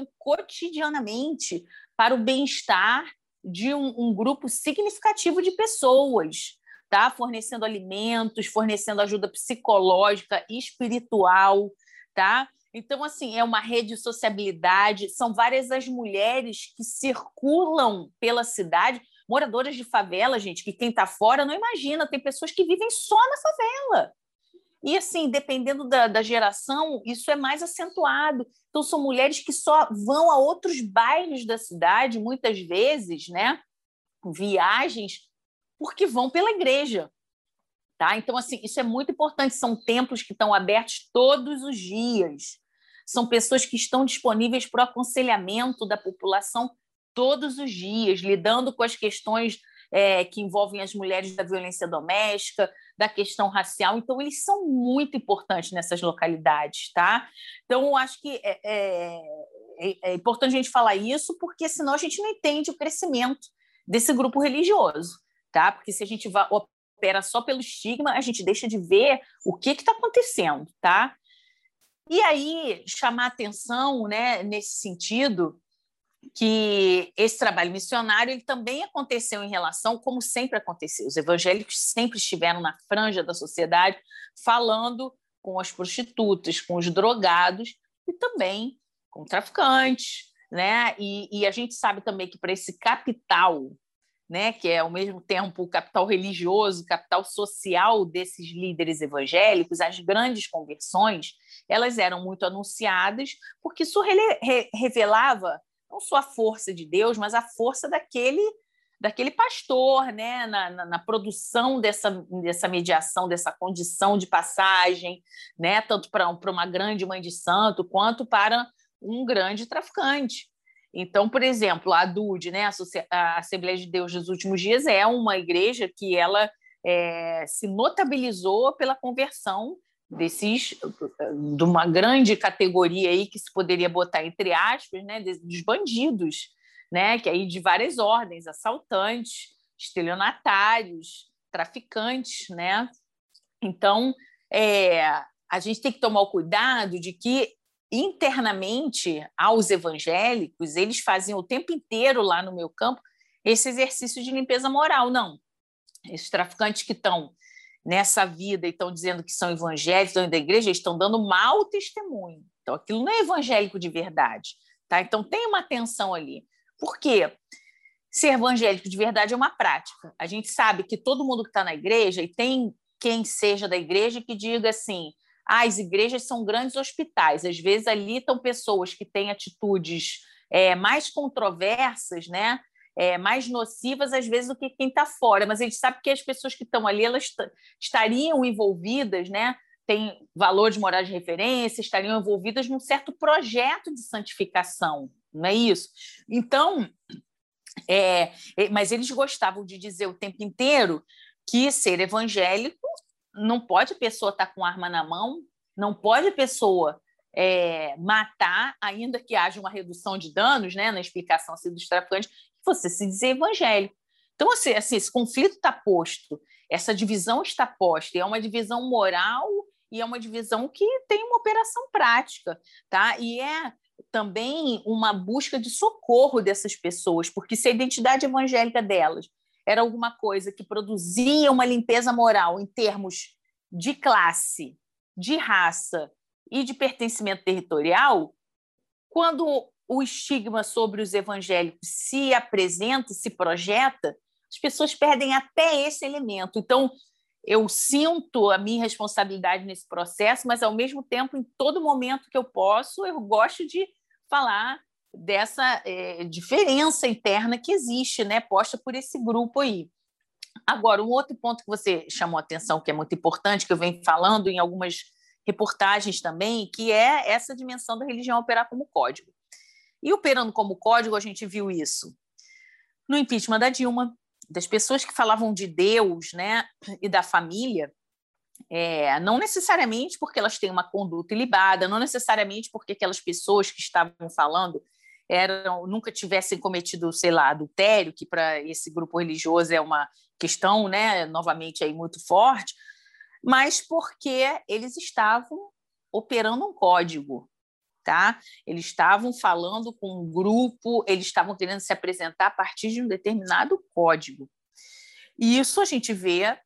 cotidianamente para o bem-estar de um grupo significativo de pessoas, tá? Fornecendo alimentos, fornecendo ajuda psicológica, espiritual, tá? Então, assim, é uma rede de sociabilidade, são várias as mulheres que circulam pela cidade, moradoras de favela, gente, que quem está fora não imagina, tem pessoas que vivem só na favela. E, assim, dependendo da geração, isso é mais acentuado. Então, são mulheres que só vão a outros bairros da cidade, muitas vezes, né? Viagens, porque vão pela igreja. Tá? Então, assim, isso é muito importante. São templos que estão abertos todos os dias. São pessoas que estão disponíveis para o aconselhamento da população todos os dias, lidando com as questões que envolvem as mulheres da violência doméstica, da questão racial. Então, eles são muito importantes nessas localidades. Tá? Então, eu acho que é importante a gente falar isso, porque senão a gente não entende o crescimento desse grupo religioso. Tá? Porque se a gente opera só pelo estigma, a gente deixa de ver o que está acontecendo, tá? E aí, chamar atenção, né, nesse sentido, que esse trabalho missionário ele também aconteceu em relação, como sempre aconteceu, os evangélicos sempre estiveram na franja da sociedade, falando com as prostitutas, com os drogados e também com traficantes, né? E a gente sabe também que para esse capital né, que é ao mesmo tempo o capital religioso, o capital social desses líderes evangélicos, as grandes conversões, elas eram muito anunciadas, porque isso revelava não só a força de Deus, mas a força daquele pastor, né, na produção dessa mediação, dessa condição de passagem, né, tanto para uma grande mãe de santo, quanto para um grande traficante. Então, por exemplo, a ADUD, né, a Assembleia de Deus dos Últimos Dias, é uma igreja que ela se notabilizou pela conversão de uma grande categoria aí que se poderia botar entre aspas, né, dos bandidos, né, que aí de várias ordens, assaltantes, estelionatários, traficantes, né? Então, a gente tem que tomar o cuidado de que internamente aos evangélicos eles faziam o tempo inteiro lá no meu campo esse exercício de limpeza moral. Não, esses traficantes que estão nessa vida e estão dizendo que são evangélicos, estão indo da igreja, eles estão dando mau testemunho. Então, aquilo não é evangélico de verdade. Tá? Então, tem uma tensão ali. Por quê? Ser evangélico de verdade é uma prática. A gente sabe que todo mundo que está na igreja, e tem quem seja da igreja que diga assim, as igrejas são grandes hospitais. Às vezes, ali estão pessoas que têm atitudes mais controversas, né? Mais nocivas, às vezes, do que quem está fora. Mas a gente sabe que as pessoas que estão ali elas estariam envolvidas, né? Têm valores morais de referência, estariam envolvidas num certo projeto de santificação, não é isso? Então, mas eles gostavam de dizer o tempo inteiro que ser evangélico não pode a pessoa estar com arma na mão, não pode a pessoa matar, ainda que haja uma redução de danos, né, na explicação assim, dos traficantes, você se dizer evangélico. Então, assim, esse conflito está posto, essa divisão está posta, e é uma divisão moral e é uma divisão que tem uma operação prática, tá? E é também uma busca de socorro dessas pessoas, porque se a identidade evangélica delas era alguma coisa que produzia uma limpeza moral em termos de classe, de raça e de pertencimento territorial, quando o estigma sobre os evangélicos se apresenta, se projeta, as pessoas perdem até esse elemento. Então, eu sinto a minha responsabilidade nesse processo, mas, ao mesmo tempo, em todo momento que eu posso, eu gosto de falar dessa diferença interna que existe, né, posta por esse grupo aí. Agora, um outro ponto que você chamou a atenção, que é muito importante, que eu venho falando em algumas reportagens também, que é essa dimensão da religião operar como código. E operando como código, a gente viu isso no impeachment da Dilma, das pessoas que falavam de Deus, né, e da família, não necessariamente porque elas têm uma conduta ilibada, não necessariamente porque aquelas pessoas que estavam falando nunca tivessem cometido, sei lá, adultério, que para esse grupo religioso é uma questão, né, novamente aí muito forte, mas porque eles estavam operando um código, tá? Eles estavam falando com um grupo, eles estavam querendo se apresentar a partir de um determinado código. E isso a gente vê,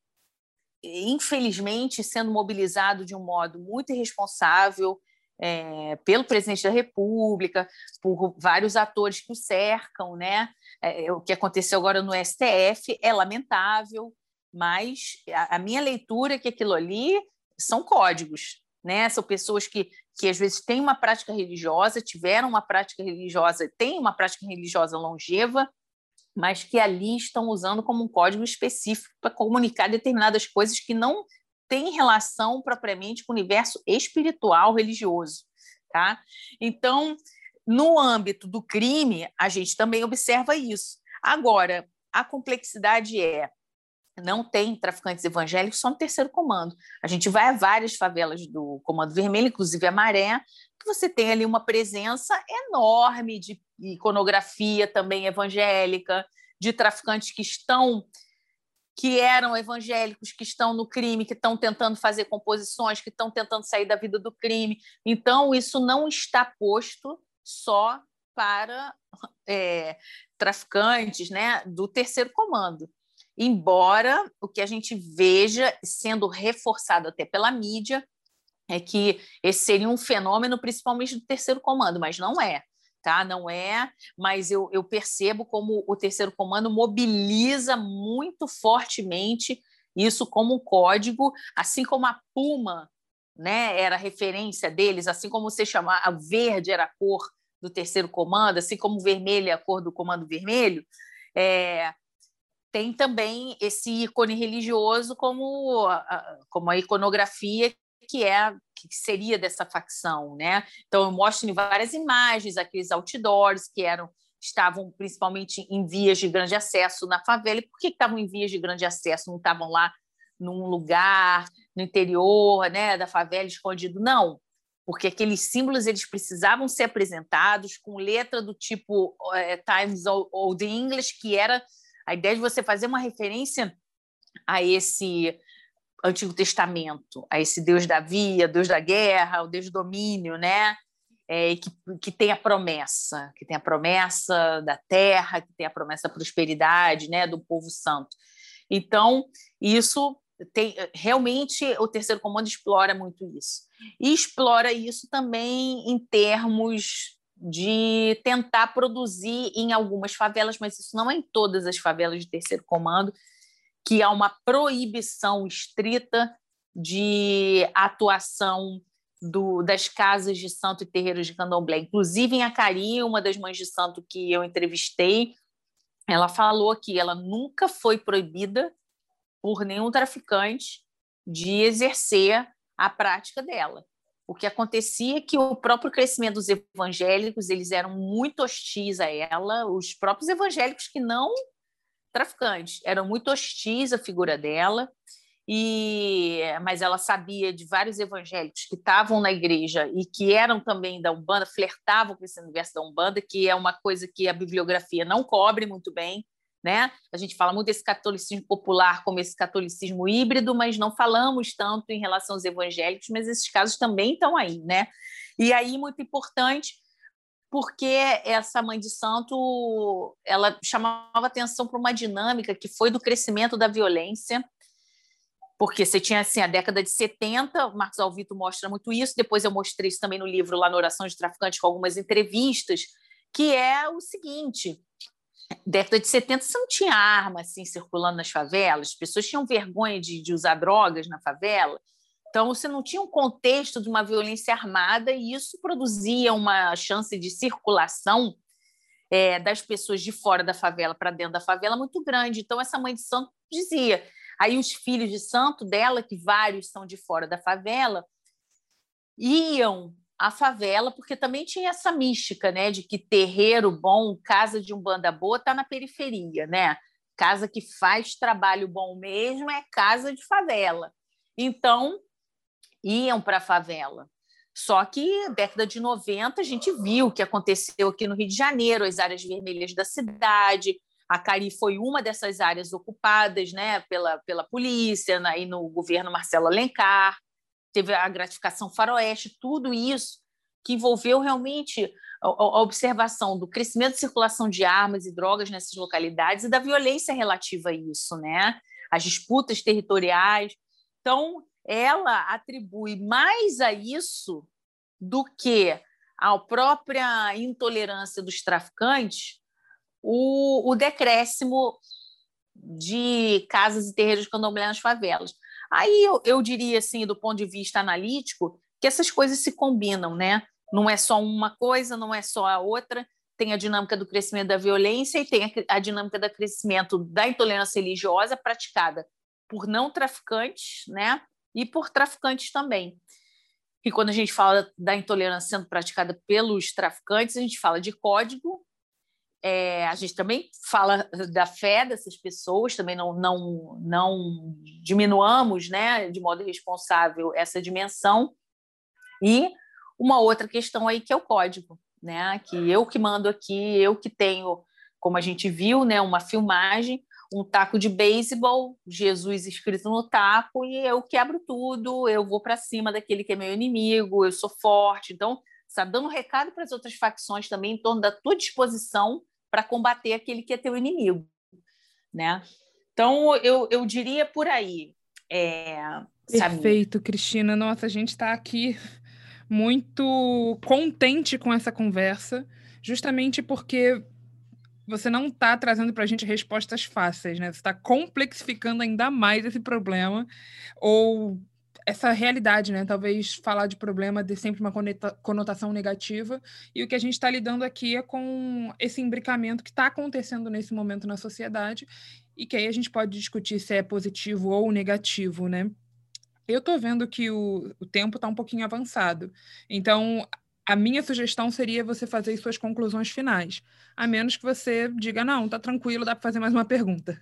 infelizmente, sendo mobilizado de um modo muito irresponsável pelo presidente da República, por vários atores que o cercam, né? O que aconteceu agora no STF é lamentável, mas a minha leitura é que aquilo ali são códigos, né? São pessoas que às vezes têm uma prática religiosa, tiveram uma prática religiosa, têm uma prática religiosa longeva, mas que ali estão usando como um código específico para comunicar determinadas coisas que não têm relação propriamente com o universo espiritual religioso, tá? Então, no âmbito do crime, a gente também observa isso. Agora, a complexidade não tem traficantes evangélicos só no terceiro comando. A gente vai a várias favelas do Comando Vermelho, inclusive a Maré, que você tem ali uma presença enorme de iconografia também evangélica, de traficantes que eram evangélicos, que estão no crime, que estão tentando fazer composições, que estão tentando sair da vida do crime. Então, isso não está posto só para traficantes, né, do terceiro comando. Embora o que a gente veja sendo reforçado até pela mídia é que esse seria um fenômeno principalmente do terceiro comando, mas não é. tá? Não é, mas eu percebo como o terceiro comando mobiliza muito fortemente isso como um código, assim como a Puma, né, era a referência deles, assim como você chamar, a verde era a cor do terceiro comando, assim como o vermelho é a cor do comando vermelho, tem também esse ícone religioso como a iconografia que seria dessa facção, né? Então eu mostro em várias imagens aqueles outdoors que estavam principalmente em vias de grande acesso na favela. E por que estavam em vias de grande acesso? Não estavam lá num lugar no interior, né, da favela escondido? Não, porque aqueles símbolos eles precisavam ser apresentados com letra do tipo Times Old English, que era a ideia de você fazer uma referência a esse Antigo Testamento, a esse Deus da via, Deus da guerra, o Deus do domínio, né? Que tem a promessa, da terra, que tem a promessa da prosperidade, né? Do povo santo. Então, isso realmente o terceiro comando explora muito isso. E explora isso também em termos de tentar produzir em algumas favelas, mas isso não é em todas as favelas de terceiro comando, que há uma proibição estrita de atuação das casas de santo e terreiros de candomblé. Inclusive, em Acari, uma das mães de santo que eu entrevistei, ela falou que ela nunca foi proibida por nenhum traficante de exercer a prática dela. O que acontecia é que o próprio crescimento dos evangélicos, eles eram muito hostis a ela, os próprios evangélicos que não traficantes eram muito hostis à figura dela, mas ela sabia de vários evangélicos que estavam na igreja e que eram também da Umbanda, flertavam com esse universo da Umbanda, que é uma coisa que a bibliografia não cobre muito bem, né? A gente fala muito desse catolicismo popular como esse catolicismo híbrido, mas não falamos tanto em relação aos evangélicos, mas esses casos também estão aí, né? E aí, muito importante, porque essa mãe de santo ela chamava atenção para uma dinâmica que foi do crescimento da violência, porque você tinha assim, a década de 70, o Marcos Alvito mostra muito isso, depois eu mostrei isso também no livro, lá no Oração de Traficante, com algumas entrevistas, que é o seguinte: década de 70 você não tinha arma assim, circulando nas favelas, as pessoas tinham vergonha de usar drogas na favela, então você não tinha um contexto de uma violência armada e isso produzia uma chance de circulação das pessoas de fora da favela para dentro da favela muito grande. Então essa mãe de santo dizia, aí os filhos de santo dela, que vários são de fora da favela, iam à favela, porque também tinha essa mística, né, de que terreiro bom, casa de umbanda boa, está na periferia, né? Casa que faz trabalho bom mesmo é casa de favela. Então, iam para a favela. Só que, década de 90, a gente viu o que aconteceu aqui no Rio de Janeiro, as áreas vermelhas da cidade. Acari foi uma dessas áreas ocupadas, né, pela polícia, aí no governo Marcelo Alencar. Teve a gratificação faroeste, tudo isso que envolveu realmente a observação do crescimento de circulação de armas e drogas nessas localidades e da violência relativa a isso, né? As disputas territoriais. Então, ela atribui mais a isso do que à própria intolerância dos traficantes o decréscimo de casas e terreiros de candomblé nas favelas. Aí eu diria, assim, do ponto de vista analítico, que essas coisas se combinam, né? Não é só uma coisa, não é só a outra. Tem a dinâmica do crescimento da violência e tem a dinâmica do crescimento da intolerância religiosa praticada por não traficantes, né? E por traficantes também. E quando a gente fala da intolerância sendo praticada pelos traficantes, a gente fala de código, a gente também fala da fé dessas pessoas, também não diminuamos, né, de modo irresponsável essa dimensão. E uma outra questão aí que é o código, né, que eu que mando aqui, eu que tenho, como a gente viu, né, uma filmagem, um taco de beisebol, Jesus escrito no taco, e eu quebro tudo, eu vou para cima daquele que é meu inimigo, eu sou forte. Então, está dando recado para as outras facções também em torno da tua disposição para combater aquele que é teu inimigo, né? Então, eu diria por aí. Perfeito, Cristina. Nossa, a gente está aqui muito contente com essa conversa. justamente porque você não está trazendo para a gente respostas fáceis, né? Você está complexificando ainda mais esse problema, ou essa realidade, né? Talvez falar de problema dê sempre uma conotação negativa, e o que a gente está lidando aqui é com esse imbricamento que está acontecendo nesse momento na sociedade, e que aí a gente pode discutir se é positivo ou negativo, né? Eu estou vendo que o tempo está um pouquinho avançado, então a minha sugestão seria você fazer as suas conclusões finais, a menos que você diga, não, tá tranquilo, dá para fazer mais uma pergunta.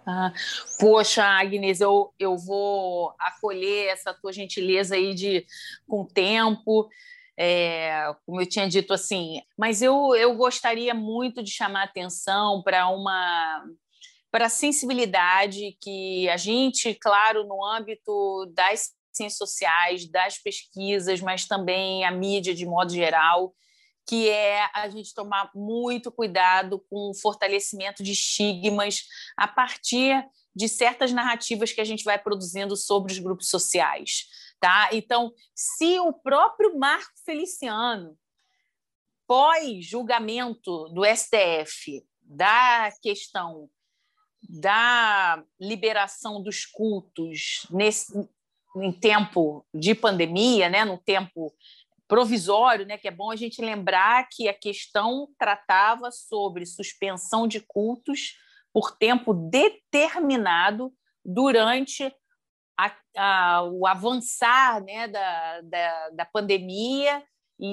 Poxa, Agnes, eu vou acolher essa tua gentileza aí com o tempo, como eu tinha dito assim, mas eu gostaria muito de chamar a atenção para a sensibilidade que a gente, claro, no âmbito das ciências sociais, das pesquisas, mas também a mídia de modo geral, que é a gente tomar muito cuidado com o fortalecimento de estigmas a partir de certas narrativas que a gente vai produzindo sobre os grupos sociais. Tá? Então, se o próprio Marco Feliciano, pós-julgamento do STF, da questão da liberação dos cultos em tempo de pandemia, né, no tempo provisório, né, que é bom a gente lembrar que a questão tratava sobre suspensão de cultos por tempo determinado durante o avançar, né, da pandemia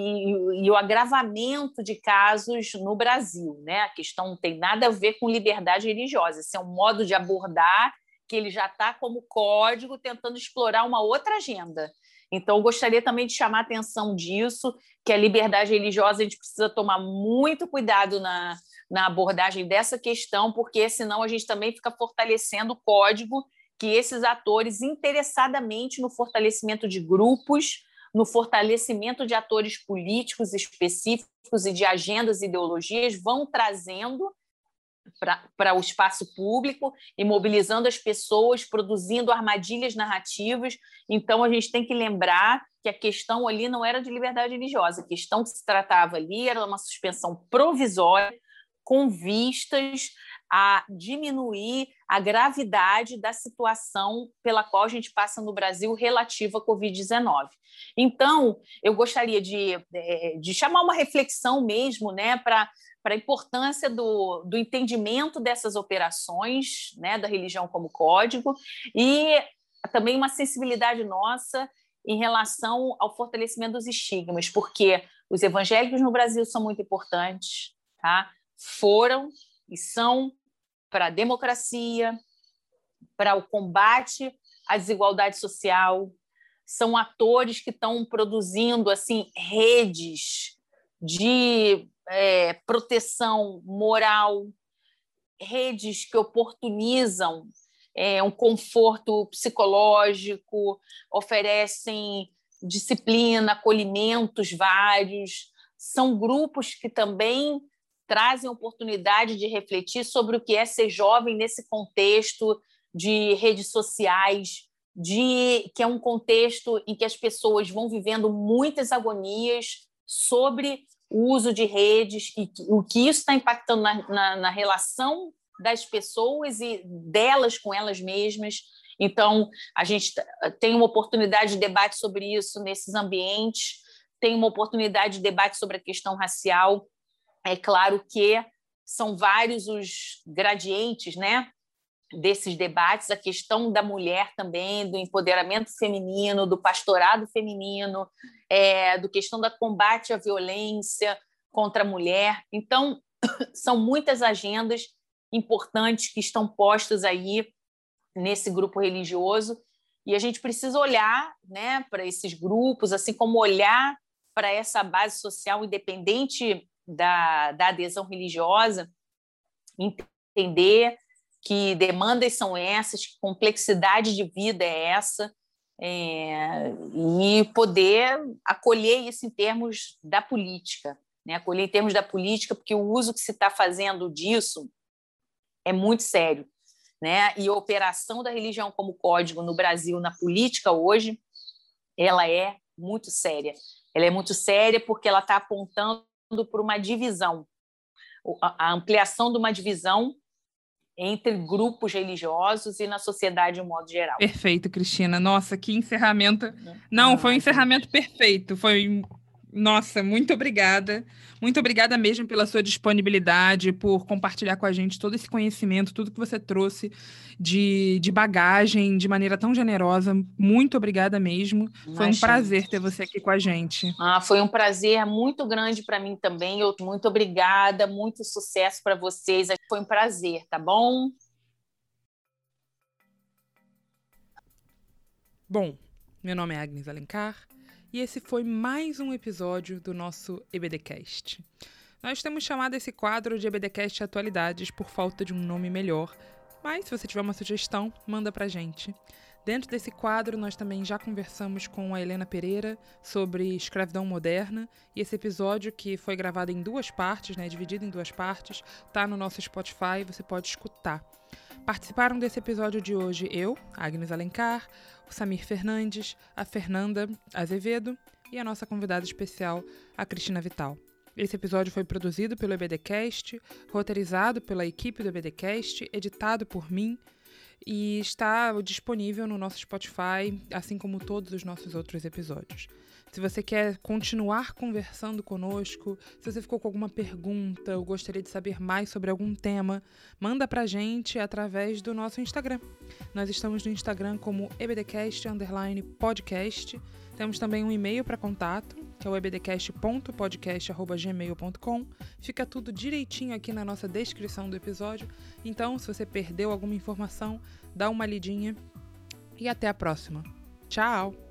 e o agravamento de casos no Brasil, né? A questão não tem nada a ver com liberdade religiosa, esse é um modo de abordar que ele já está como código tentando explorar uma outra agenda. Então, eu gostaria também de chamar a atenção disso, que a liberdade religiosa a gente precisa tomar muito cuidado na abordagem dessa questão, porque senão a gente também fica fortalecendo o código que esses atores, interessadamente no fortalecimento de grupos, no fortalecimento de atores políticos específicos e de agendas e ideologias, vão trazendo para o espaço público e mobilizando as pessoas, produzindo armadilhas narrativas. Então, a gente tem que lembrar que a questão ali não era de liberdade religiosa, a questão que se tratava ali era uma suspensão provisória com vistas a diminuir a gravidade da situação pela qual a gente passa no Brasil relativa à Covid-19. Então, eu gostaria de chamar uma reflexão mesmo, né, para a importância do entendimento dessas operações, né, da religião como código, e também uma sensibilidade nossa em relação ao fortalecimento dos estigmas, porque os evangélicos no Brasil são muito importantes, tá? Foram e são para a democracia, para o combate à desigualdade social, são atores que estão produzindo assim redes de proteção moral, redes que oportunizam um conforto psicológico, oferecem disciplina, acolhimentos vários, são grupos que também trazem oportunidade de refletir sobre o que é ser jovem nesse contexto de redes sociais, que é um contexto em que as pessoas vão vivendo muitas agonias sobre o uso de redes e o que isso está impactando na relação das pessoas e delas com elas mesmas. Então, a gente tem uma oportunidade de debate sobre isso nesses ambientes, tem uma oportunidade de debate sobre a questão racial. É claro que são vários os gradientes, né, desses debates, a questão da mulher também, do empoderamento feminino, do pastorado feminino, do questão da combate à violência contra a mulher. Então, são muitas agendas importantes que estão postas aí nesse grupo religioso e a gente precisa olhar, né, para esses grupos, assim como olhar para essa base social independente da adesão religiosa, entender que demandas são essas, que complexidade de vida é essa, e poder acolher isso em termos da política, né? Acolher em termos da política, porque o uso que se está fazendo disso é muito sério, né? E a operação da religião como código no Brasil, na política hoje, ela é muito séria. Ela é muito séria porque ela está apontando por uma divisão, a ampliação de uma divisão entre grupos religiosos e na sociedade de um modo geral. Perfeito, Cristina. Nossa, que encerramento. Não, foi um encerramento perfeito. Nossa, muito obrigada. Muito obrigada mesmo pela sua disponibilidade, por compartilhar com a gente todo esse conhecimento, tudo que você trouxe de bagagem de maneira tão generosa. Muito obrigada mesmo. Foi um prazer ter você aqui com a gente. Foi um prazer muito grande para mim também. Muito obrigada, muito sucesso para vocês. Foi um prazer, tá bom? Bom, meu nome é Agnes Alencar. E esse foi mais um episódio do nosso EBDcast. Nós temos chamado esse quadro de EBDcast Atualidades por falta de um nome melhor, mas se você tiver uma sugestão, manda pra gente. Dentro desse quadro, nós também já conversamos com a Helena Pereira sobre escravidão moderna, e esse episódio, que foi gravado em 2 partes, dividido em 2 partes, tá no nosso Spotify, você pode escutar. Participaram desse episódio de hoje eu, Agnes Alencar, o Samir Fernandes, a Fernanda Azevedo e a nossa convidada especial, a Cristina Vital. Esse episódio foi produzido pelo EBDcast, roteirizado pela equipe do EBDcast, editado por mim e está disponível no nosso Spotify, assim como todos os nossos outros episódios. Se você quer continuar conversando conosco, se você ficou com alguma pergunta ou gostaria de saber mais sobre algum tema, manda pra gente através do nosso Instagram. Nós estamos no Instagram como ebdcast_podcast. Temos também um e-mail para contato, que é o ebdcast.podcast@gmail.com. Fica tudo direitinho aqui na nossa descrição do episódio. Então, se você perdeu alguma informação, dá uma lidinha e até a próxima. Tchau!